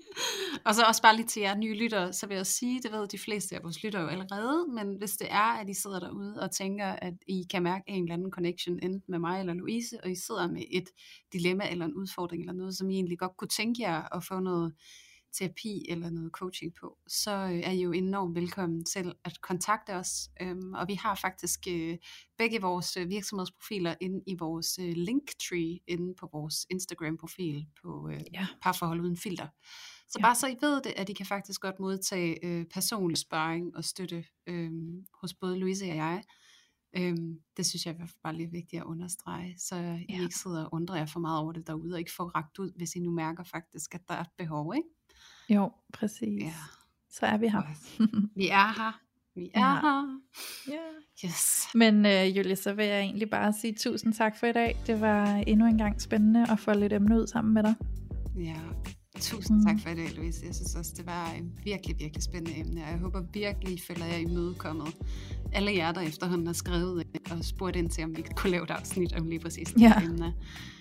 Og så også bare lige til jer nye lyttere, så vil jeg sige, det ved de fleste af vores lyttere jo allerede, men hvis det er, at I sidder derude og tænker, at I kan mærke en eller anden connection enten med mig eller Louise, og I sidder med et dilemma eller en udfordring eller noget, som I egentlig godt kunne tænke jer at få noget terapi eller noget coaching på, så er I jo enormt velkommen til at kontakte os, øhm, og vi har faktisk øh, begge vores øh, virksomhedsprofiler inde i vores øh, linktree inde på vores Instagram profil på øh, ja. Parforhold uden filter. Så ja. bare så I ved det, at I kan faktisk godt modtage øh, personlig sparring og støtte øh, hos både Louise og jeg. Øhm, det synes jeg er bare lige vigtigt at understrege, så ja. I ikke sidder og undrer jer for meget over det derude, og ikke får rakt ud, hvis I nu mærker faktisk, at der er et behov, ikke? Jo, præcis. Ja. Så er vi her. Vi er her. Vi er ja. her. Yeah. Yes. Men uh, Julie, så vil jeg egentlig bare sige tusind tak for i dag. Det var endnu en gang spændende at få lidt emne ud sammen med dig. Ja, tusind tak for i dag, Louise. Jeg synes også, det var en virkelig, virkelig spændende emne, og jeg håber virkelig, I føler jer imødekommet. Alle jer, der efterhånden har skrevet og spurgt ind til, om vi kunne lave et afsnit om lige præcis det ja. emne.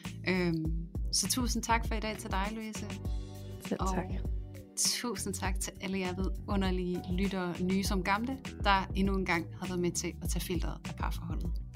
Øhm, så tusind tak for i dag til dig, Louise. Selv tak. Og tusind tak til alle jer vidunderlige lyttere, nye som gamle, der endnu en gang har været med til at tage filteret af parforholdet.